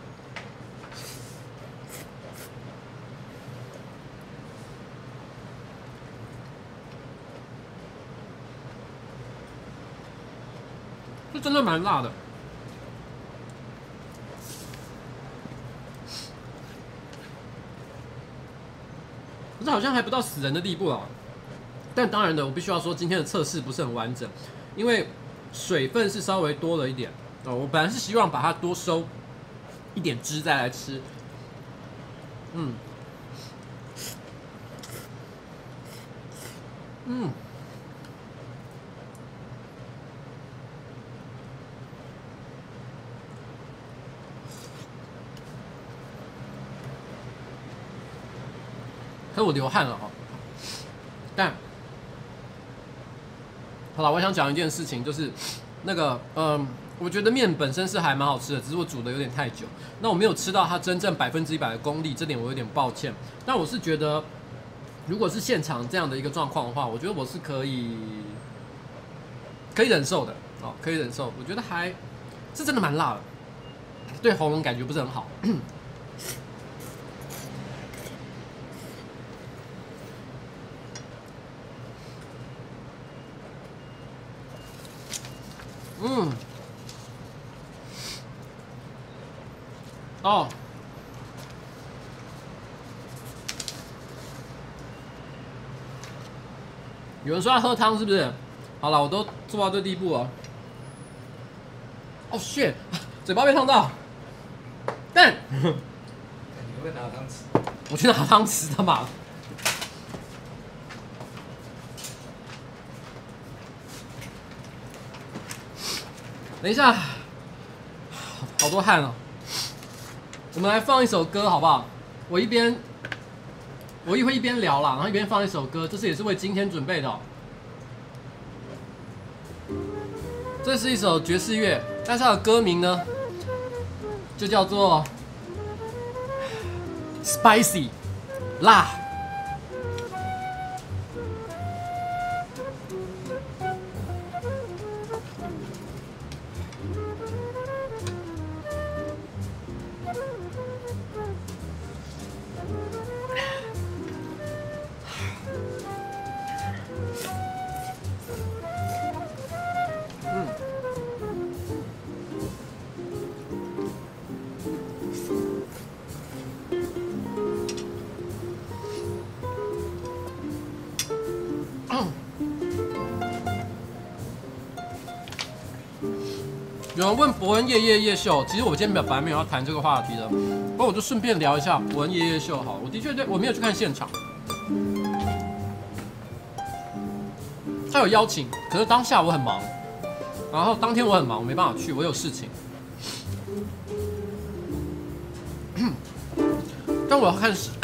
这真的蛮辣的。可是好像还不到死人的地步啊。 但当然的，我必须要说今天的测试不是很完整，因为水分是稍微多了一点哦。我本来是希望把它多收一点汁再来吃，可是我流汗了哦。但好了，我想讲一件事情，就是那个我觉得面本身是还蛮好吃的，只是我煮的有点太久，那我没有吃到它真正100%的功力，这点我有点抱歉。但我是觉得，如果是现场这样的一个状况的话，我觉得我是可以忍受的哦，可以忍受。我觉得还是真的蛮辣的，对喉咙感觉不是很好。哦，有人说要喝汤是不是？好了，我都做到这地步了。哦shit，嘴巴被烫到。但你会不会拿汤匙？ 我去拿汤匙，他妈。等一下，好多汗哦。我们来放一首歌好不好？我会一边聊啦，然后一边放一首歌，这是也是为今天准备的哦。这是一首爵士乐，但是它的歌名呢，就叫做 Spicy 辣。有人问伯恩夜秀，其实我今天本来没有要谈这个话题的，不过我就顺便聊一下伯恩夜秀好了。我的确我没有去看现场，他有邀请，可是当下我很忙，然后当天我很忙，我没办法去，我有事情。但我要看是。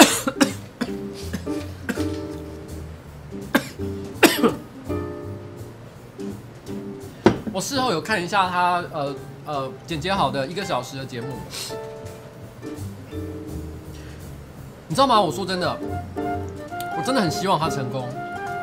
我事后有看一下他剪接好的1个小时的节目，你知道吗？我说真的，我真的很希望他成功。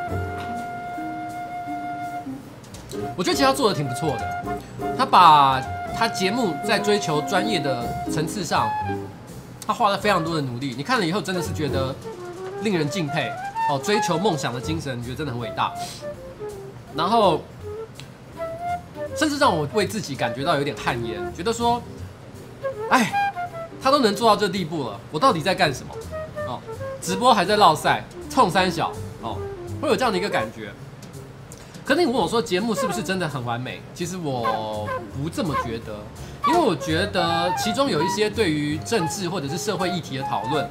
我觉得其实他做的挺不错的，他把他节目在追求专业的层次上，他花了非常多的努力。你看了以后真的是觉得令人敬佩哦，追求梦想的精神，觉得真的很伟大。然后。甚至让我为自己感觉到有点汗颜，觉得说，哎，他都能做到这地步了，我到底在干什么？哦，直播还在落赛，冲三小哦，会有这样的一个感觉。可是你问我说节目是不是真的很完美？其实我不这么觉得，因为我觉得其中有一些对于政治或者是社会议题的讨论，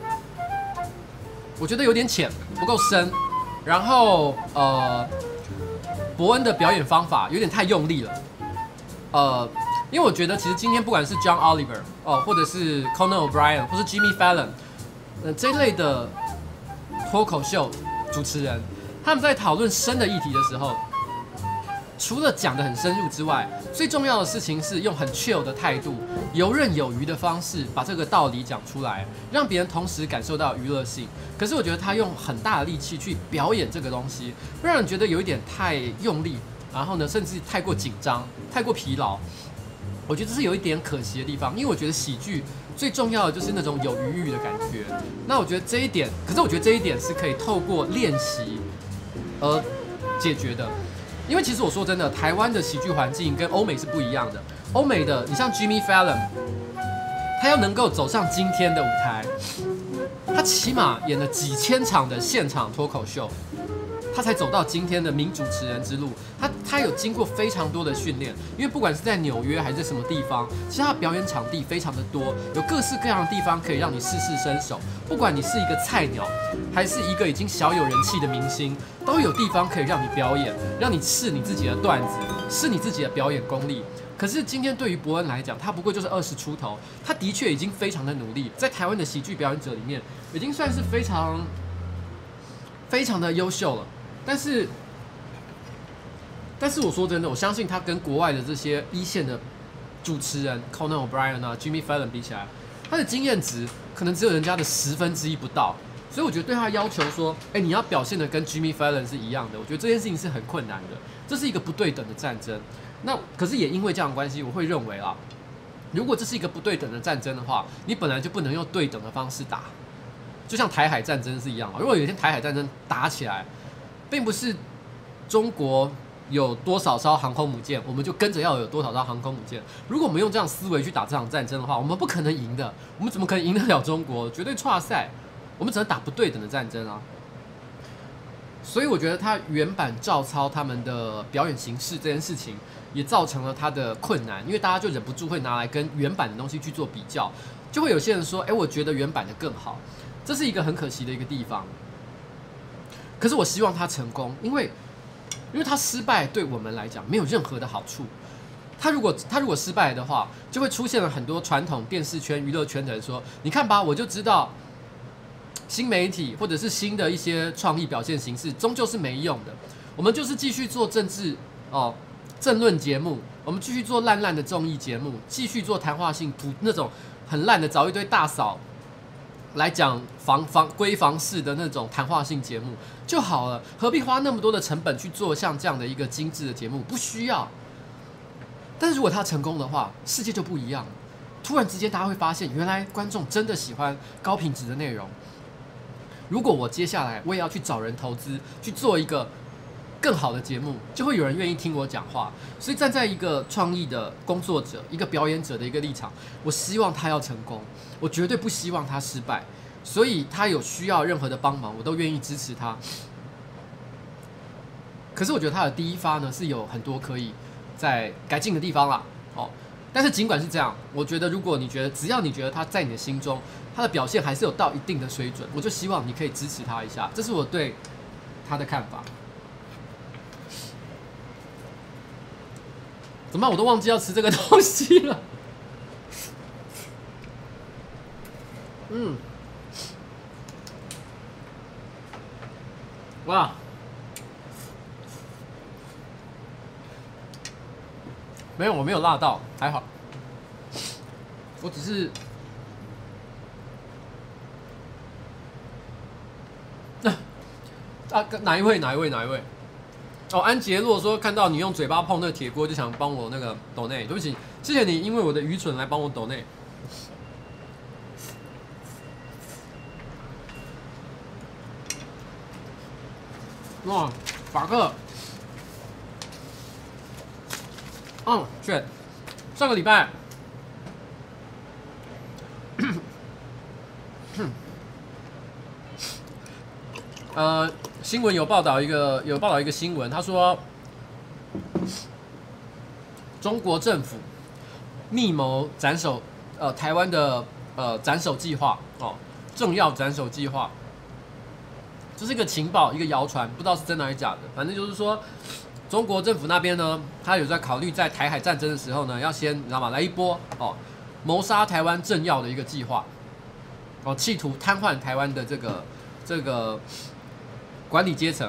我觉得有点浅，不够深。然后伯恩的表演方法有点太用力了，因为我觉得其实今天不管是 John Oliver 或者是 Conan O'Brien 或是 Jimmy Fallon，这一类的脱口秀主持人，他们在讨论深的议题的时候，除了讲得很深入之外，最重要的事情是用很 chill 的态度，游刃有余的方式把这个道理讲出来，让别人同时感受到娱乐性。可是我觉得他用很大的力气去表演这个东西，会让人觉得有一点太用力，然后呢，甚至太过紧张、太过疲劳。我觉得这是有一点可惜的地方，因为我觉得喜剧最重要的就是那种有余裕的感觉。那我觉得这一点，可是我觉得这一点是可以透过练习而解决的。因为其实我说真的，台湾的喜剧环境跟欧美是不一样的。欧美的，你像 Jimmy Fallon， 他要能够走上今天的舞台，他起码演了几千场的现场脱口秀， 他才走到今天的名主持人之路。他有经过非常多的训练，因为不管是在纽约还是在什么地方，其实他表演场地非常的多，有各式各样的地方可以让你试试身手。不管你是一个菜鸟，还是一个已经小有人气的明星，都有地方可以让你表演，让你试你自己的段子，试你自己的表演功力。可是今天对于伯恩来讲，他不过就是20出头，他的确已经非常的努力，在台湾的喜剧表演者里面，已经算是非常的优秀了。但是我说真的，我相信他跟国外的这些一线的主持人 Conan O'Brien 啊、Jimmy Fallon 比起来，他的经验值可能只有人家的1/10不到。所以我觉得对他要求说，你要表现的跟 Jimmy Fallon 是一样的，我觉得这件事情是很困难的，这是一个不对等的战争。那可是也因为这样的关系，我会认为啦，如果这是一个不对等的战争的话，你本来就不能用对等的方式打，就像台海战争是一样嘛。如果有一天台海战争打起来，并不是中国有多少艘航空母舰，我们就跟着要有多少艘航空母舰。如果我们用这样思维去打这场战争的话，我们不可能赢的。我们怎么可能赢得了中国？绝对挫赛。我们只能打不对等的战争啊。所以我觉得他原版照抄他们的表演形式这件事情，也造成了他的困难，因为大家就忍不住会拿来跟原版的东西去做比较，就会有些人说，我觉得原版的更好，这是一个很可惜的一个地方。可是我希望他成功，因为他失败对我们来讲没有任何的好处。他如果失败的话，就会出现了很多传统电视圈、娱乐圈的人说，你看吧，我就知道。新媒体或者是新的一些创意表现形式，终究是没用的。我们就是继续做政论节目，我们继续做烂的综艺节目，继续做谈话性那种很烂的，找一堆大嫂来讲闺房式的那种谈话性节目就好了，何必花那么多的成本去做像这样的一个精致的节目？不需要。但是如果他成功的话，世界就不一样了。突然之间，大家会发现，原来观众真的喜欢高品质的内容。如果我接下来我也要去找人投资，去做一个更好的节目，就会有人愿意听我讲话。所以站在一个创意的工作者、一个表演者的一个立场，我希望他要成功，我绝对不希望他失败。所以他有需要任何的帮忙，我都愿意支持他。可是我觉得他的第一发呢，是有很多可以在改进的地方啦。但是尽管是这样，我觉得如果只要你觉得他在你的心中，他的表现还是有到一定的水准，我就希望你可以支持他一下，这是我对他的看法。怎么办？我都忘记要吃这个东西了。哇！没有，我没有辣到，还好。我只是，哪一位？安杰洛说看到你用嘴巴碰那个铁锅，就想帮我那个抖内，对不起，谢谢你因为我的愚蠢来帮我抖内。哇，法克。是上个礼拜，新闻有报道一个新闻，他说中国政府密谋斩首台湾的斩首计划政要斩首计划，这是一个情报，一个谣传，不知道是真的还是假的，反正就是说。中国政府那边呢，他有在考虑在台海战争的时候呢，要先你知道吗？来一波谋杀台湾政要的一个计划，企图瘫痪台湾的这个管理阶层。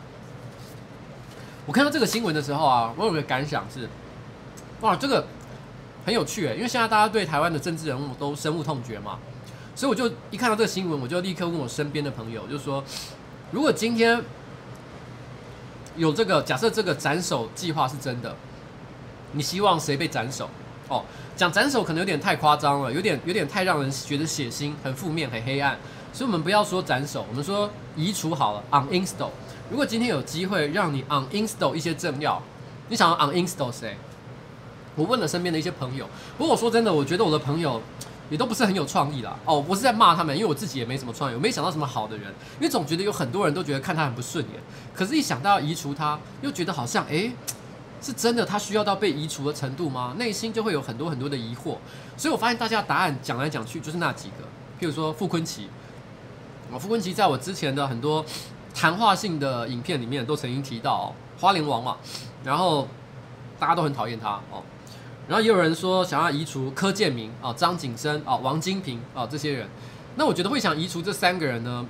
我看到这个新闻的时候啊，我有个感想是，哇，这个很有趣因为现在大家对台湾的政治人物都深恶痛绝嘛，所以我就一看到这个新闻，我就立刻问我身边的朋友，就说，如果今天有假设这个斩首计划是真的，你希望谁被斩首？讲斩首可能有点太夸张了，有点太让人觉得血腥、很负面、很黑暗，所以我们不要说斩首，我们说移除好了 ，uninstall。如果今天有机会让你 uninstall 一些政要，你想要 uninstall 谁？我问了身边的一些朋友，不过我说真的，我觉得我的朋友也都不是很有创意啦。哦，我是在骂他们，因为我自己也没什么创意，我没想到什么好的人，因为总觉得有很多人都觉得看他很不顺眼，可是一想到要移除他，又觉得好像是真的他需要到被移除的程度吗？内心就会有很多很多的疑惑。所以我发现大家的答案讲来讲去就是那几个，譬如说傅昆萁，傅昆萁在我之前的很多谈话性的影片里面都曾经提到花莲王嘛，然后大家都很讨厌他哦。然后也有人说想要移除柯建铭、张景生、王金平这些人。那我觉得会想移除这3个人呢，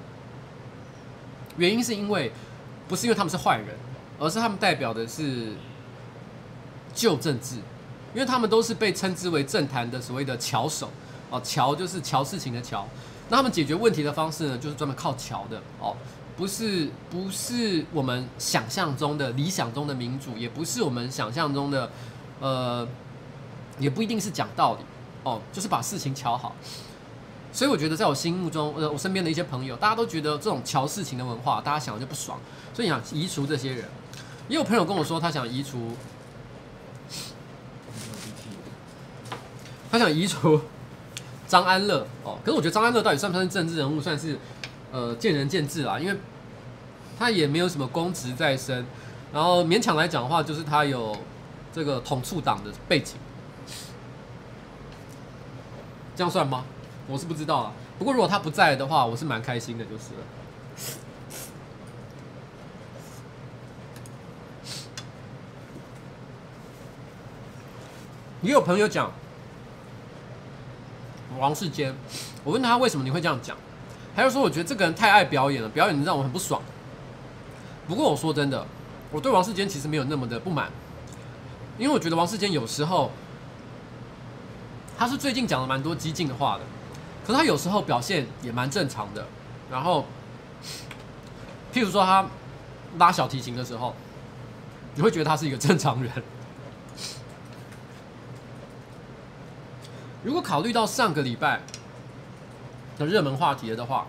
原因是因为不是因为他们是坏人，而是他们代表的是旧政治，因为他们都是被称之为政坛的所谓的巧手巧就是瞧事情的瞧。那他们解决问题的方式呢，就是专门靠瞧的不是我们想象中的理想中的民主，也不是我们想象中的也不一定是讲道理就是把事情瞧好。所以我觉得在我心目中，我身边的一些朋友，大家都觉得这种瞧事情的文化，大家想的就不爽，所以想移除这些人。也有朋友跟我说，他想移除张安乐可是我觉得张安乐到底算不算是政治人物，算是见仁见智啦，因为他也没有什么公职在身，然后勉强来讲的话，就是他有这个统促党的背景，这样算吗？我是不知道啊。不过如果他不在的话，我是蛮开心的，就是了。也有朋友讲王世坚，我问他为什么你会这样讲，他就说我觉得这个人太爱表演了，表演让我很不爽。不过我说真的，我对王世坚其实没有那么的不满，因为我觉得王世坚有时候他是最近讲了蛮多激进的话的，可是他有时候表现也蛮正常的。然后，譬如说他拉小提琴的时候，你会觉得他是一个正常人。如果考虑到上个礼拜的热门话题的话，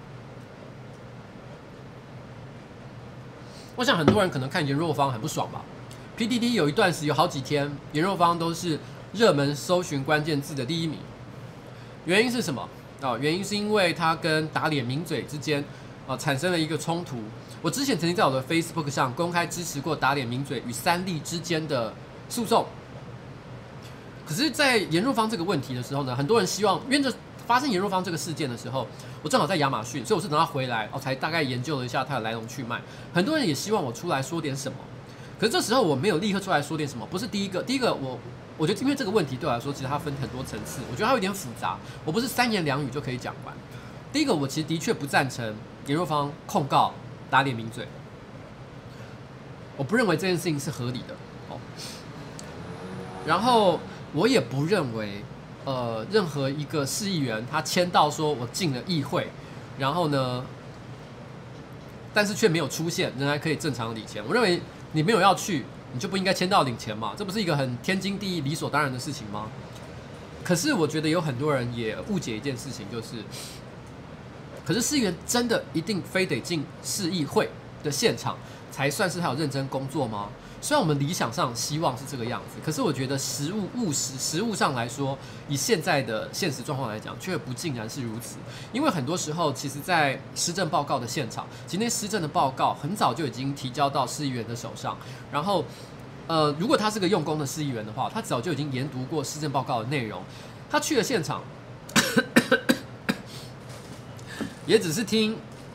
我想很多人可能看颜若芳很不爽吧。PTT 有一段时有好几天，颜若芳都是热门搜寻关键字的第1名。原因是什么？原因是因为他跟打脸名嘴之间产生了一个冲突。我之前曾经在我的 Facebook 上公开支持过打脸名嘴与3立之间的诉讼。可是，在颜若芳这个问题的时候呢，很多人希望，因为发生颜若芳这个事件的时候，我正好在亚马逊，所以我是等他回来才大概研究了一下他的来龙去脉。很多人也希望我出来说点什么，可是这时候我没有立刻出来说点什么。不是第一个我觉得因为这个问题对我来说，其实它分很多层次，我觉得它有点复杂，我不是3言2语就可以讲完。第一个，我其实的确不赞成颜若芳控告打脸名嘴，我不认为这件事情是合理的然后我也不认为任何一个市议员他签到说我进了议会，然后呢，但是却没有出现，仍然可以正常领钱。我认为你没有要去，你就不应该签到领钱嘛，这不是一个很天经地义、理所当然的事情吗？可是我觉得有很多人也误解一件事情，就是，可是市议员真的一定非得进市议会的现场才算是他有认真工作吗？虽然我们理想上希望是这个样子，可是我觉得实务上来说，以现在的现实状况来讲，却不尽然是如此。因为很多时候，其实在施政报告的现场，其实那施政的报告很早就已经提交到市议员的手上。然后，如果他是个用功的市议员的话，他早就已经研读过施政报告的内容。他去了现场，也只是听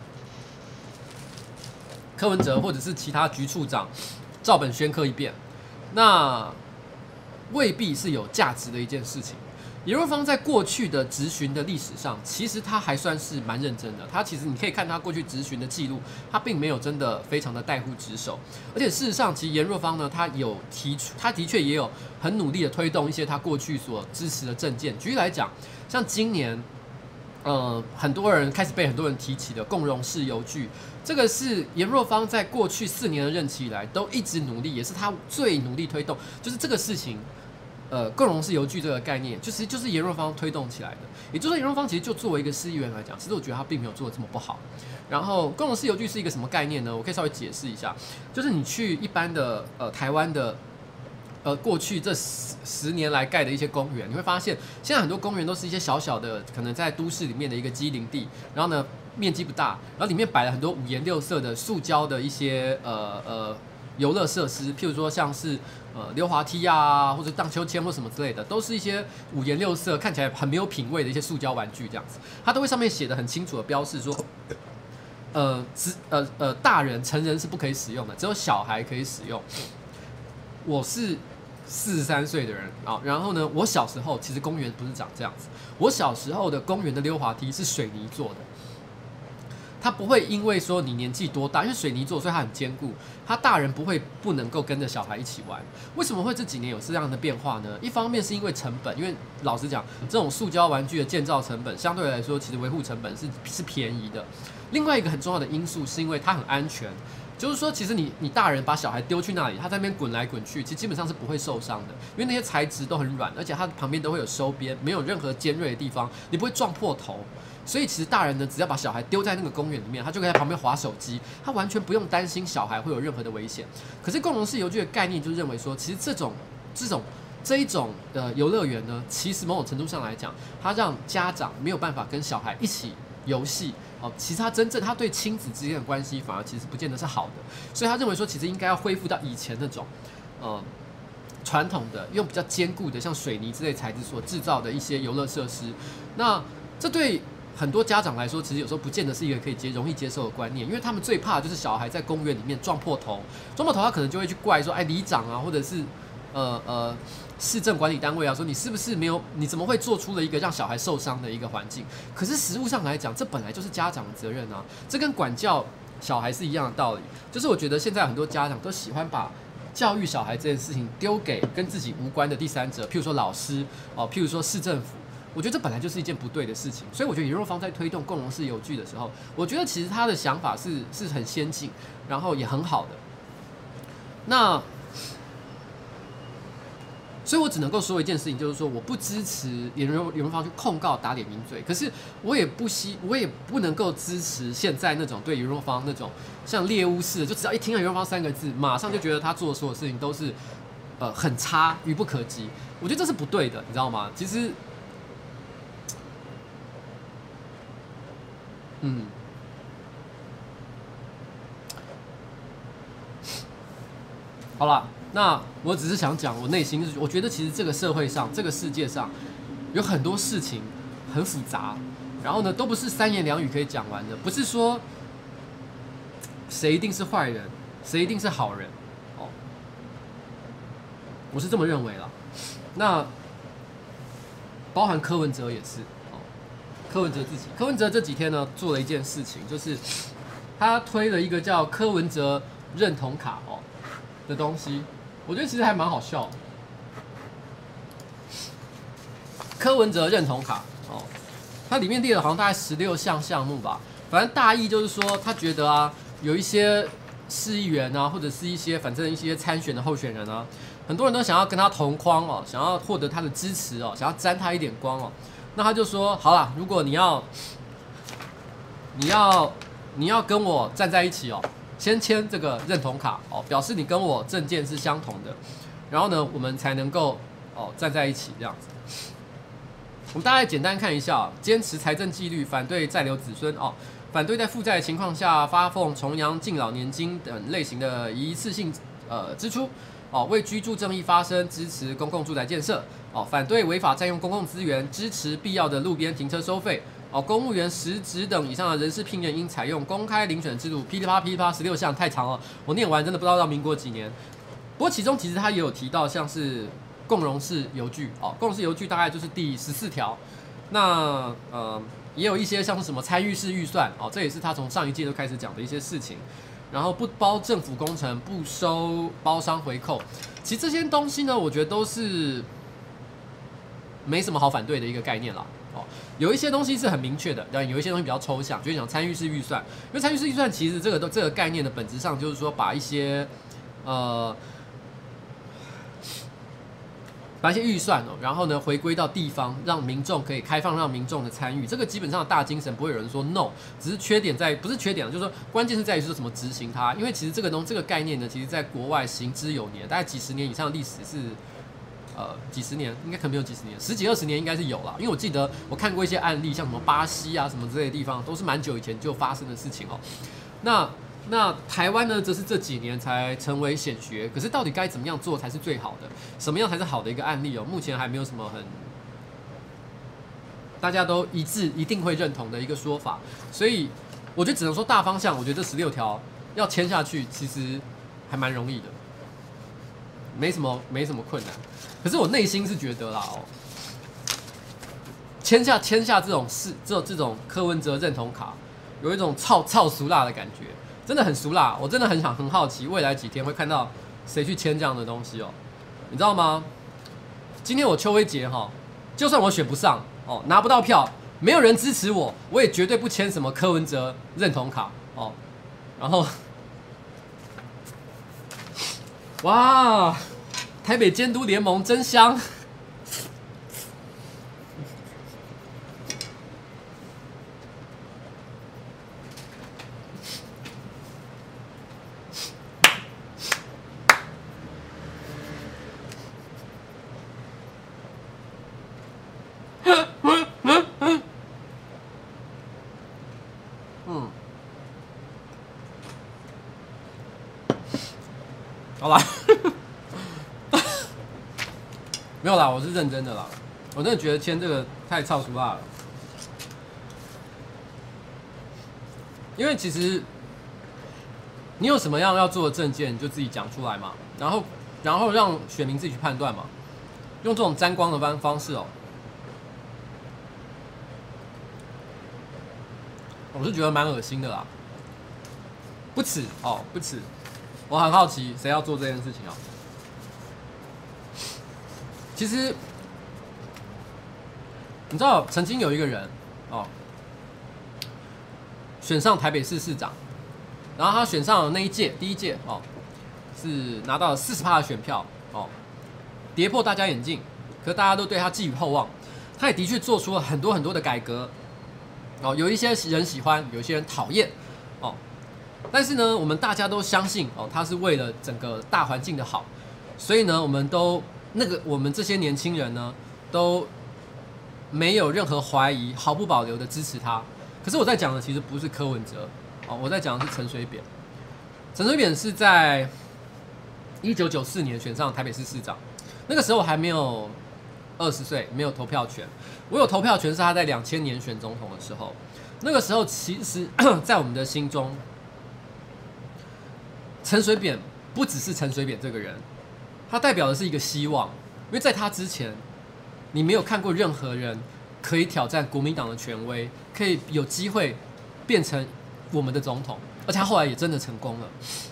柯文哲或者是其他局处长照本宣科一遍，那未必是有价值的一件事情。颜若芳在过去的质询的历史上，其实他还算是蛮认真的。他其实你可以看他过去质询的记录，他并没有真的非常的怠忽职守。而且事实上，其实颜若芳呢，他有提出，他的确也有很努力的推动一些他过去所支持的政见。举例来讲，像今年，很多人开始被很多人提起的共融式邮具，这个是颜若芳在过去4年的任期以来都一直努力，也是他最努力推动，就是这个事情。共融式邮具这个概念，就是颜若芳推动起来的。也就是说，颜若芳其实就作为一个市议员来讲，其实我觉得他并没有做得这么不好。然后，共融式邮具是一个什么概念呢？我可以稍微解释一下，就是你去一般的台湾的过去这10年来盖的一些公园，你会发现现在很多公园都是一些小小的，可能在都市里面的一个机林地，然后呢面积不大，然后里面摆了很多五颜六色的塑胶的一些游乐设施，譬如说像是溜滑梯啊，或者荡秋千或什么之类的，都是一些五颜六色、看起来很没有品味的一些塑胶玩具这样子，它都会上面写的很清楚的标示说。大人成人是不可以使用的，只有小孩可以使用。我是43岁的人啊，然后呢，我小时候其实公园不是长这样子，我小时候的公园的溜滑梯是水泥做的，它不会因为说你年纪多大，因为水泥做，所以它很坚固，它大人不能够跟着小孩一起玩。为什么会这几年有这样的变化呢？一方面是因为成本，因为老实讲，这种塑胶玩具的建造成本相对来说，其实维护成本是便宜的。另外一个很重要的因素是因为它很安全，就是说，其实你大人把小孩丢去那里，他在那边滚来滚去，其实基本上是不会受伤的，因为那些材质都很软，而且它旁边都会有收边，没有任何尖锐的地方，你不会撞破头。所以其实大人呢，只要把小孩丢在那个公园里面，他就可以在旁边滑手机，他完全不用担心小孩会有任何的危险。可是共融式游具的概念就是认为说，其实这一种游乐园呢，其实某种程度上来讲，它让家长没有办法跟小孩一起游戏。其实他对亲子之间的关系反而其实不见得是好的，所以他认为说其实应该要恢复到以前那种传统的用比较坚固的像水泥之类材质所制造的一些游乐设施。那这对很多家长来说，其实有时候不见得是一个可以容易接受的观念，因为他们最怕的就是小孩在公园里面撞破头，他可能就会去怪说，哎，里长啊，或者是市政管理单位啊，说你是不是没有？你怎么会做出了一个让小孩受伤的一个环境？可是实务上来讲，这本来就是家长的责任啊，这跟管教小孩是一样的道理。就是我觉得现在很多家长都喜欢把教育小孩这件事情丢给跟自己无关的第三者，譬如说老师譬如说市政府。我觉得这本来就是一件不对的事情，所以我觉得严若芳在推动共融式游具的时候，我觉得其实他的想法是很先进，然后也很好的。那所以我只能够说一件事情，就是说我不支持严若芳去控告打脸名罪，可是我也不能够支持现在那种对严若芳那种像猎巫似的，就只要一听到严若芳3个字，马上就觉得他做的所有事情都是很差、愚不可及。我觉得这是不对的，你知道吗？其实，好啦。那我只是想讲，我内心我觉得其实这个社会上、这个世界上有很多事情很复杂，然后呢，都不是3言2语可以讲完的。不是说谁一定是坏人，谁一定是好人，我是这么认为啦。那包含柯文哲也是，柯文哲自己，柯文哲这几天呢做了一件事情，就是他推了一个叫柯文哲认同卡的东西。我觉得其实还蛮好笑的。柯文哲认同卡它里面列了好像大概16项项目吧，反正大意就是说，他觉得啊，有一些市议员啊，或者是一些反正一些参选的候选人啊，很多人都想要跟他同框想要获得他的支持想要沾他一点光那他就说，好啦，如果你要跟我站在一起先签这个认同卡表示你跟我政见是相同的，然后呢，我们才能够站在一起这样子。我们大概简单看一下坚持财政纪律，反对再留子孙反对在负债的情况下发放重阳敬老年金等类型的一次性支出为居住正义发声，支持公共住宅建设反对违法占用公共资源，支持必要的路边停车收费公务员实职等以上的人事聘任应采用公开遴选制度，噼里啪噼里啪16项太长了，我念完真的不知道到民国几年。不过其中其实他也有提到像是共融式游具共融式游具大概就是第14条。那也有一些像是什么参与式预算这也是他从上一届就开始讲的一些事情。然后不包政府工程，不收包商回扣。其实这些东西呢，我觉得都是没什么好反对的一个概念啦。有一些东西是很明确的，但有一些东西比较抽象，就是讲参与式预算。因为参与式预算其实这个概念的本质上就是说，把一些把一些预算然后呢回归到地方，让民众可以开放，让民众的参与，这个基本上的大精神不会有人说 no， 只是缺点在不是缺点，就是说关键是在于说怎么执行它。因为其实这个概念呢，其实在国外行之有年，大概几十年以上的历史是。几十年应该可能没有几十年，10几20年应该是有啦。因为我记得我看过一些案例，像什么巴西啊什么之类的地方，都是蛮久以前就发生的事情那台湾呢，则是这几年才成为显学。可是到底该怎么样做才是最好的？什么样才是好的一个案例目前还没有什么很大家都一致一定会认同的一个说法。所以我觉得只能说大方向，我觉得这16条要签下去，其实还蛮容易的，没什么困难。可是我内心是觉得啦签下这种这种柯文哲认同卡，有一种超俗辣的感觉，真的很俗辣。我真的很好奇，未来几天会看到谁去签这样的东西你知道吗？今天我邱威杰就算我选不上拿不到票，没有人支持我，我也绝对不签什么柯文哲认同卡然后，哇！台北监督联盟真香。好啦。没有啦，我是认真的啦，我真的觉得签这个太超俗辣了。因为其实你有什么样要做的政见，你就自己讲出来嘛，然后让选民自己去判断嘛，用这种沾光的方式我是觉得蛮恶心的啦，不耻不耻。我很好奇谁要做这件事情其实你知道，曾经有一个人选上台北市市长，然后他选上了那一届第一届是拿到了40%的选票跌破大家眼镜，可是大家都对他寄予厚望。他也的确做出了很多的改革有一些人喜欢，有一些人讨厌但是呢，我们大家都相信他是为了整个大环境的好，所以呢，我们这些年轻人呢，都没有任何怀疑，毫不保留的支持他。可是我在讲的其实不是柯文哲我在讲的是陈水扁。陈水扁是在1994年选上台北市市长，那个时候还没有20岁，没有投票权。我有投票权是他在2000年选总统的时候。那个时候其实在我们的心中，陈水扁不只是陈水扁这个人，他代表的是一个希望，因为在他之前，你没有看过任何人可以挑战国民党的权威，可以有机会变成我们的总统，而且他后来也真的成功了。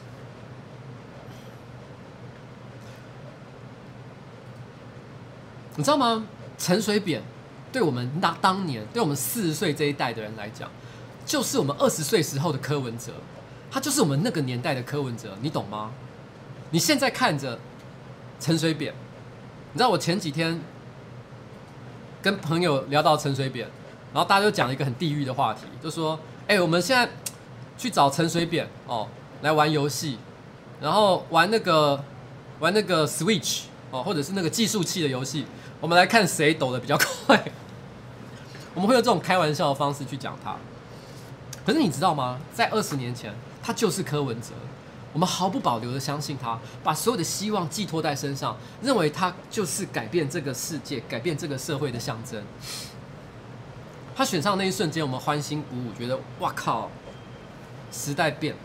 你知道吗？陈水扁对我们当年，对我们40岁这一代的人来讲，就是我们20岁时候的柯文哲。他就是我们那个年代的柯文哲，你懂吗？你现在看着陈水扁，你知道我前几天跟朋友聊到陈水扁，然后大家就讲一个很地狱的话题，就说：我们现在去找陈水扁来玩游戏，然后玩那个 Switch 或者是那个计数器的游戏，我们来看谁抖得比较快。我们会用这种开玩笑的方式去讲他。可是你知道吗？在20年前，他就是柯文哲，我们毫不保留的相信他，把所有的希望寄托在身上，认为他就是改变这个世界、改变这个社会的象征。他选上那一瞬间，我们欢欣鼓舞，觉得哇靠，时代变了。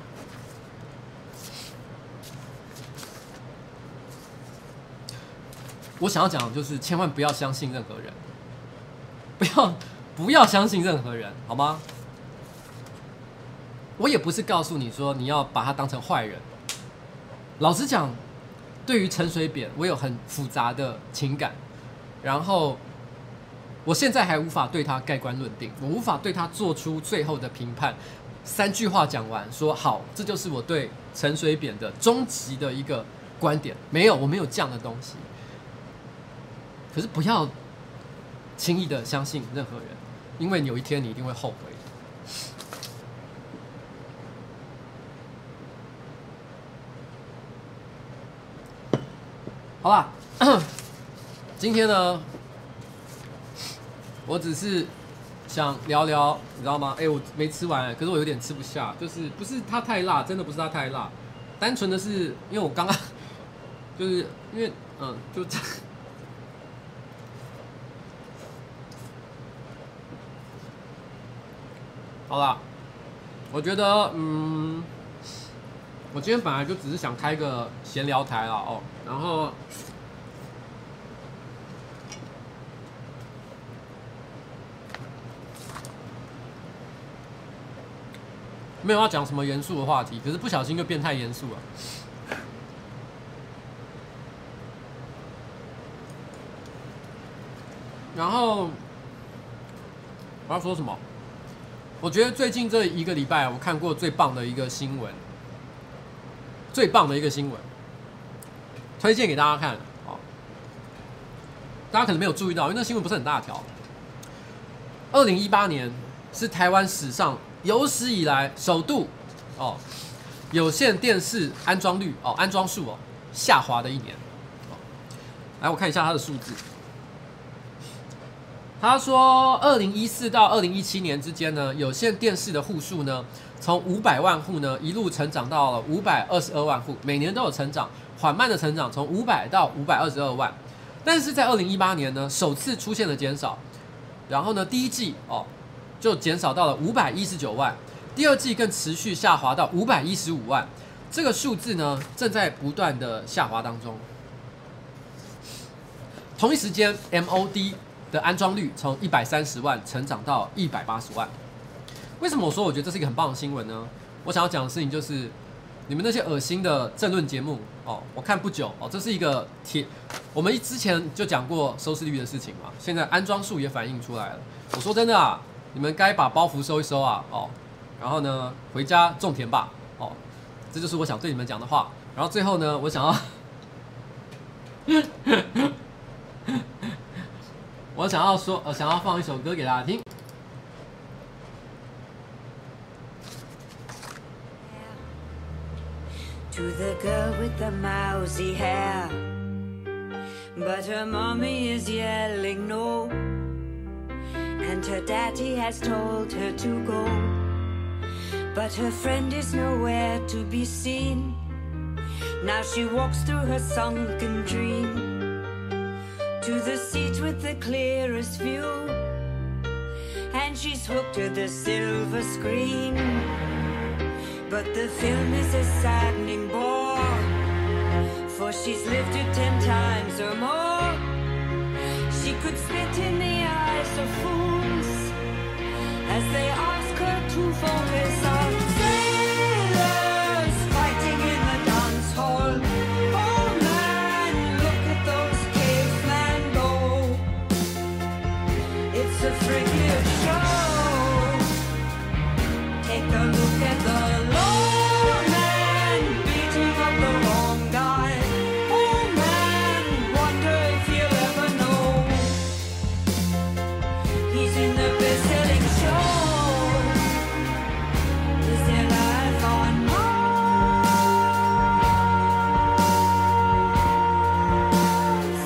我想要讲的就是，千万不要相信任何人，不要相信任何人，好吗？我也不是告诉你说你要把他当成坏人。老实讲，对于陈水扁，我有很复杂的情感，然后我现在还无法对他盖棺论定，我无法对他做出最后的评判。3句话讲完，说好，这就是我对陈水扁的终极的一个观点。没有，我没有这样的东西。 可是不要轻易的相信任何人，因为有一天你一定会后悔。好吧，今天呢，我只是想聊聊，你知道吗？我没吃完，可是我有点吃不下，就是不是它太辣，真的不是它太辣，单纯的是因为我刚刚就是因为就这样。好啦，我觉得我今天本来就只是想开个闲聊台啦哦，然后没有要讲什么严肃的话题，可是不小心就变太严肃了。然后我要说什么？我觉得最近这一个礼拜，我看过最棒的一个新闻，推荐给大家看哦。大家可能没有注意到，因为那新闻不是很大条。2018年是台湾史上有史以来首度有线电视安装率安装数下滑的一年。来，我看一下它的数字。他说，2014到2017年之间呢，有线电视的户数呢，从500万户呢一路成长到了522万户，每年都有成长，缓慢的成长，从500到522万。但是在2018年呢，首次出现了减少，然后呢，第一季就减少到了519万，第二季更持续下滑到515万，这个数字呢正在不断的下滑当中。同一时间 ，MOD的安装率从130万成长到180万。为什么我说我觉得这是一个很棒的新闻呢？我想要讲的事情就是，你们那些恶心的政论节目我看不久这是一个我们之前就讲过收视率的事情嘛，现在安装数也反映出来了。我说真的啊，你们该把包袱收一收啊然后呢回家种田吧这就是我想对你们讲的话。然后最后呢，我想要想要放一首歌给大家听。 To the girl with the mousy hair, but her mommy is yelling no, and her daddy has told her to go, but her friend is nowhere to be seen. Now she walks through her sunken dream to the seat with the clearest view, and she's hooked to the silver screen. But the film is a saddening bore, for she's lived it 10 times or more. She could spit in the eyes of fools as they ask her to focus on sailors fighting in the dance hall. Oh man, look at those cavemen go. It's a freakish show. Take a look at the low man beating up the wrong guy. Oh man, wonder if he'll ever know. He's in the best-selling show. Is there life on Mars?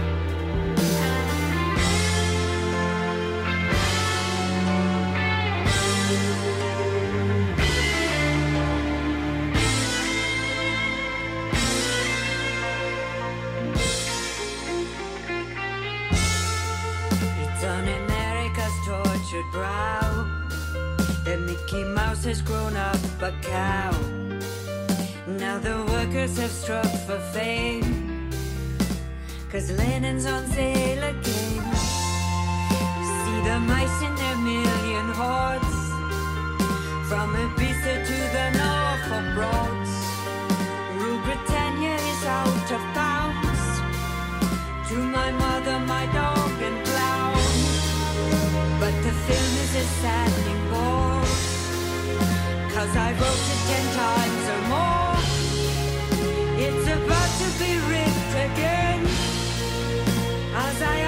It's on America's tortured brow that Mickey Mouse has grown up a cow. Now the workers have struck for fame, 'cause Lennon's on sale again. See the mice in their million hordes, from Ibiza to the Norfolk Broads. Rule Britannia is out of bounds, to my mother, my dog and clown. But the film is a saddening bore, 'cause I wrote it 10 times or more. It's about to be ripped again, as I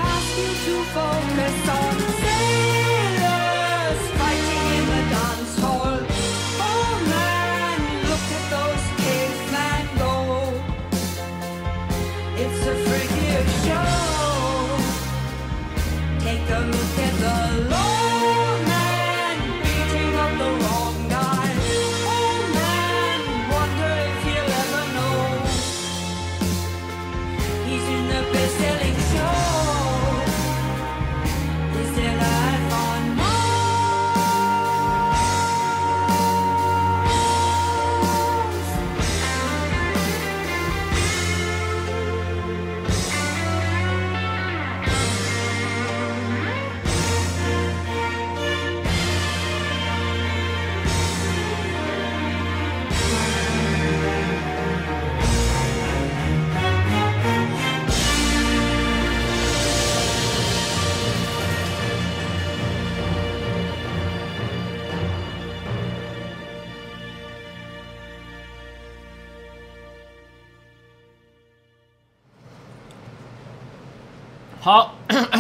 好，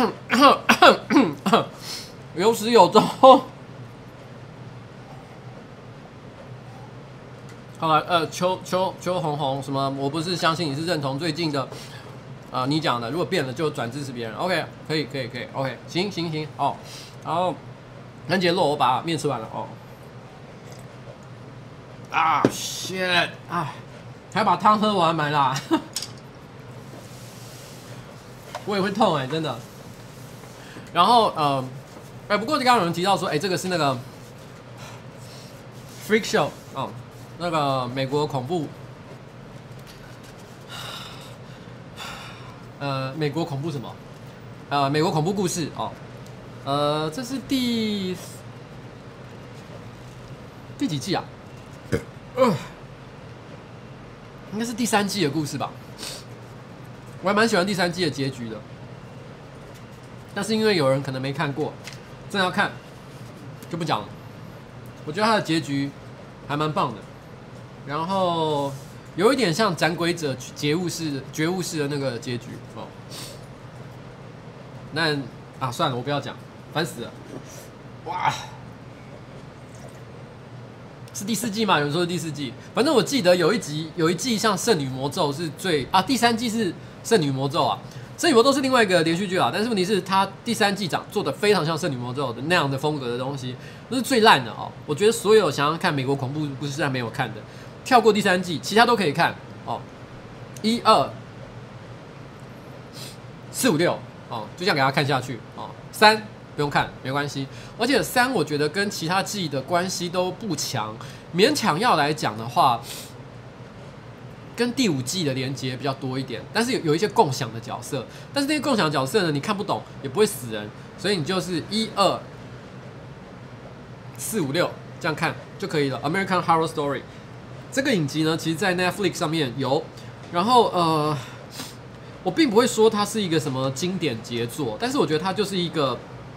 有始有终。好了，邱红红什么？我不是相信你是认同最近的，你讲的，如果变了就转支持别人。OK， 可以 ，OK， 行哦。然后南杰洛，我把面吃完了哦。啊 ，shit， 啊，还把汤喝完买啦。我也会痛哎、真的。然后不过刚刚有人提到说，这个是那个 Freak Show 哦，那个美国恐怖，美国恐怖什么？美国恐怖故事哦，这是第几季啊？应该是第3季的故事吧。我还蛮喜欢第3季的结局的，但是因为有人可能没看过，正要看就不讲了。我觉得它的结局还蛮棒的，然后有一点像斩鬼者觉悟式的那个结局哦。那算了，我不要讲，烦死了。哇，是第4季吗？有人说是第4季，反正我记得有一季像圣女魔咒是最第3季是圣女魔咒啊。圣女魔咒是另外一个连续剧啊，但是问题是它第3季做的非常像圣女魔咒的那样的风格的东西，那是最烂的哦。我觉得所有想要看美国恐怖故事还没有看的，跳过第3季，其他都可以看哦。1、2、4、5、6哦，就这样给他看下去哦。3不用看，没关系。而且3我觉得跟其他季的关系都不强，勉强要来讲的话，跟第5季的连结比较多一点，但是有一些共享的角色，但是那些共享角色呢，你看不懂也不会死人，所以你就是1、2、4、5、6这样看就可以了。American Horror Story 这个影集呢，其实在 Netflix 上面有，然后我并不会说它是一个什么经典杰作，但是我觉得它就是一个。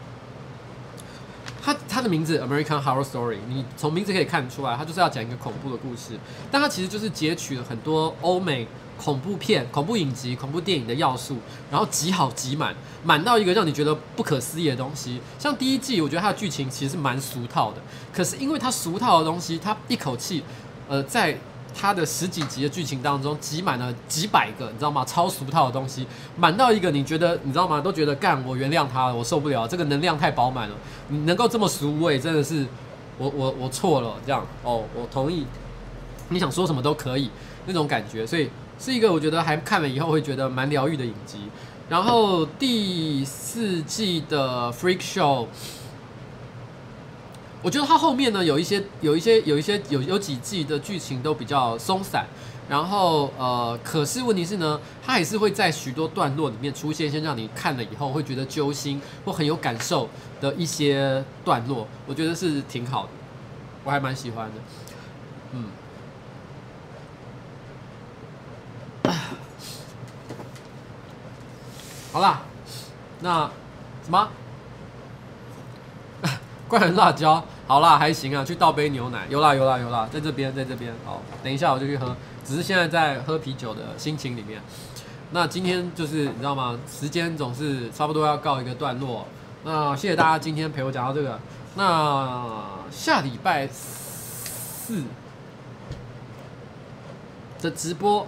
它的名字 American Horror Story， 你从名字可以看出来，它就是要讲一个恐怖的故事，但它其实就是截取了很多欧美恐怖片、恐怖影集、恐怖电影的要素，然后集好集满，满到一个让你觉得不可思议的东西。像第1季，我觉得它的剧情其实是蛮俗套的，可是因为它俗套的东西，它一口气在它的10几集的剧情当中挤满了几百个，你知道吗？超俗套的东西，满到一个你觉得，你知道吗？都觉得干，我原谅他了，我受不了，这个能量太饱满了。你能够这么俗味，真的是我错了，这样哦，我同意，你想说什么都可以那种感觉，所以是一个我觉得还看了以后会觉得蛮疗愈的影集。然后第4季的 Freak Show。我觉得它后面呢有几季的剧情都比较松散，然后可是问题是呢，它还是会在许多段落里面出现一些让你看了以后会觉得揪心或很有感受的一些段落，我觉得是挺好的，我还蛮喜欢的。好啦，那什么？怪人辣椒，好啦，还行啊，去倒杯牛奶，有啦，在这边，好，等一下我就去喝，只是现在在喝啤酒的心情里面。那今天就是你知道吗？时间总是差不多要告一个段落，那谢谢大家今天陪我讲到这个，那下礼拜4的直播，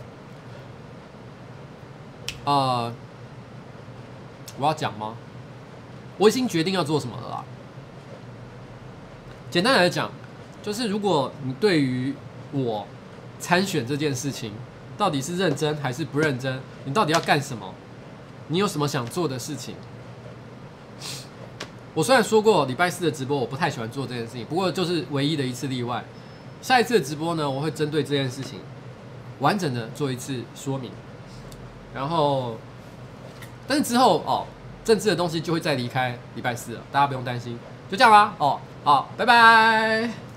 我要讲吗？我已经决定要做什么了啦。简单来讲，就是如果你对于我参选这件事情，到底是认真还是不认真，你到底要干什么，你有什么想做的事情？我虽然说过礼拜4的直播我不太喜欢做这件事情，不过就是唯一的一次例外。下一次的直播呢，我会针对这件事情完整的做一次说明，然后，但是之后政治的东西就会再离开礼拜4了，大家不用担心，就这样啦好，拜拜。